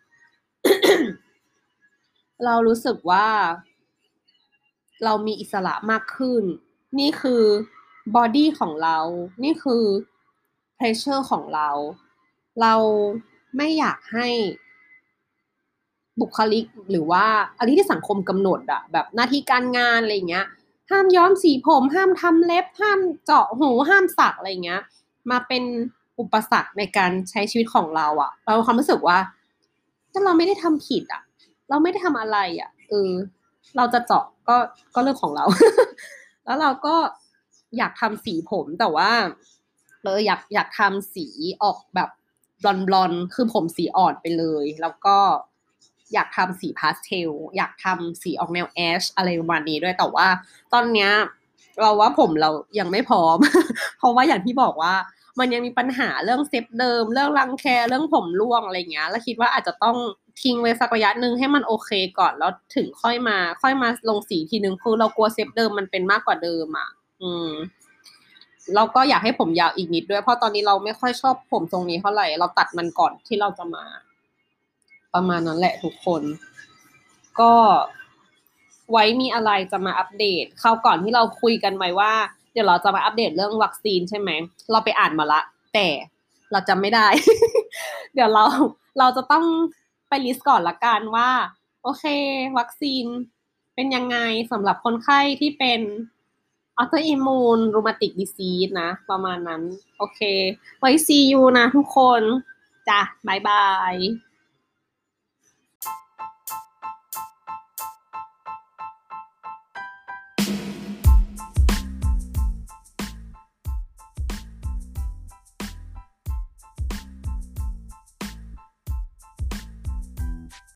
เรารู้สึกว่าเรามีอิสระมากขึ้น นี่คือบอดี้ของเรา นี่คือเพรสเชอร์ของเรา เราไม่อยากให้บุคลิกหรือว่าอะไรที่สังคมกำหนดอะแบบหน้าที่การงานอะไรเงี้ย ห้ามย้อมสีผม ห้ามทำเล็บ ห้ามเจาะหู ห้ามสักอะไรเงี้ย มาเป็นอุปสรรคในการใช้ชีวิตของเราอะเราความรู้สึกว่าถ้าเราไม่ได้ทำผิดอะเราไม่ได้ทำอะไรอะเออเราจะเจาะก็ก็เรื่องของเรา แล้วเราก็อยากทำสีผมแต่ว่าเอออยากอยากทำสีออกแบบบลอนบลอนคือผมสีอ่อนไปเลยแล้วก็อยากทำสีพาสเทลอยากทำสีออกแนวแอชอะไรประมาณนี้ด้วยแต่ว่าตอนเนี้ยเราว่าผมเรายังไม่พร้อม เพราะว่าอย่างที่บอกว่ามันยังมีปัญหาเรื่องเซฟเดิมเรื่องรังแคเรื่องผมร่วงอะไรเงี้ยแล้วคิดว่าอาจจะต้องทิ้งไว้สักระยะหนึ่งให้มันโอเคก่อนแล้วถึงค่อยมาค่อยมาลงสีทีนึงคือเรากลัวเซฟเดิมมันเป็นมากกว่าเดิมอ่ะอืมเราก็อยากให้ผมยาวอีกนิดด้วยเพราะตอนนี้เราไม่ค่อยชอบผมทรงนี้เท่าไหร่เราตัดมันก่อนที่เราจะมาประมาณนั้นแหละทุกคนก็ไว้มีอะไรจะมาอัปเดตคราวก่อนที่เราคุยกันไว้ว่าเดี๋ยวเราจะมาอัปเดตเรื่องวัคซีนใช่ไหมเราไปอ่านมาละแต่เราจำไม่ได้ เดี๋ยวเราเราจะต้องไปลิสต์ก่อนละกันว่าโอเควัคซีนเป็นยังไงสำหรับคนไข้ที่เป็นออโตอิมมูนรูมาติกดิซีสนะประมาณนั้นโอเคไว้ see you นะทุกคนจ้ะบายบาย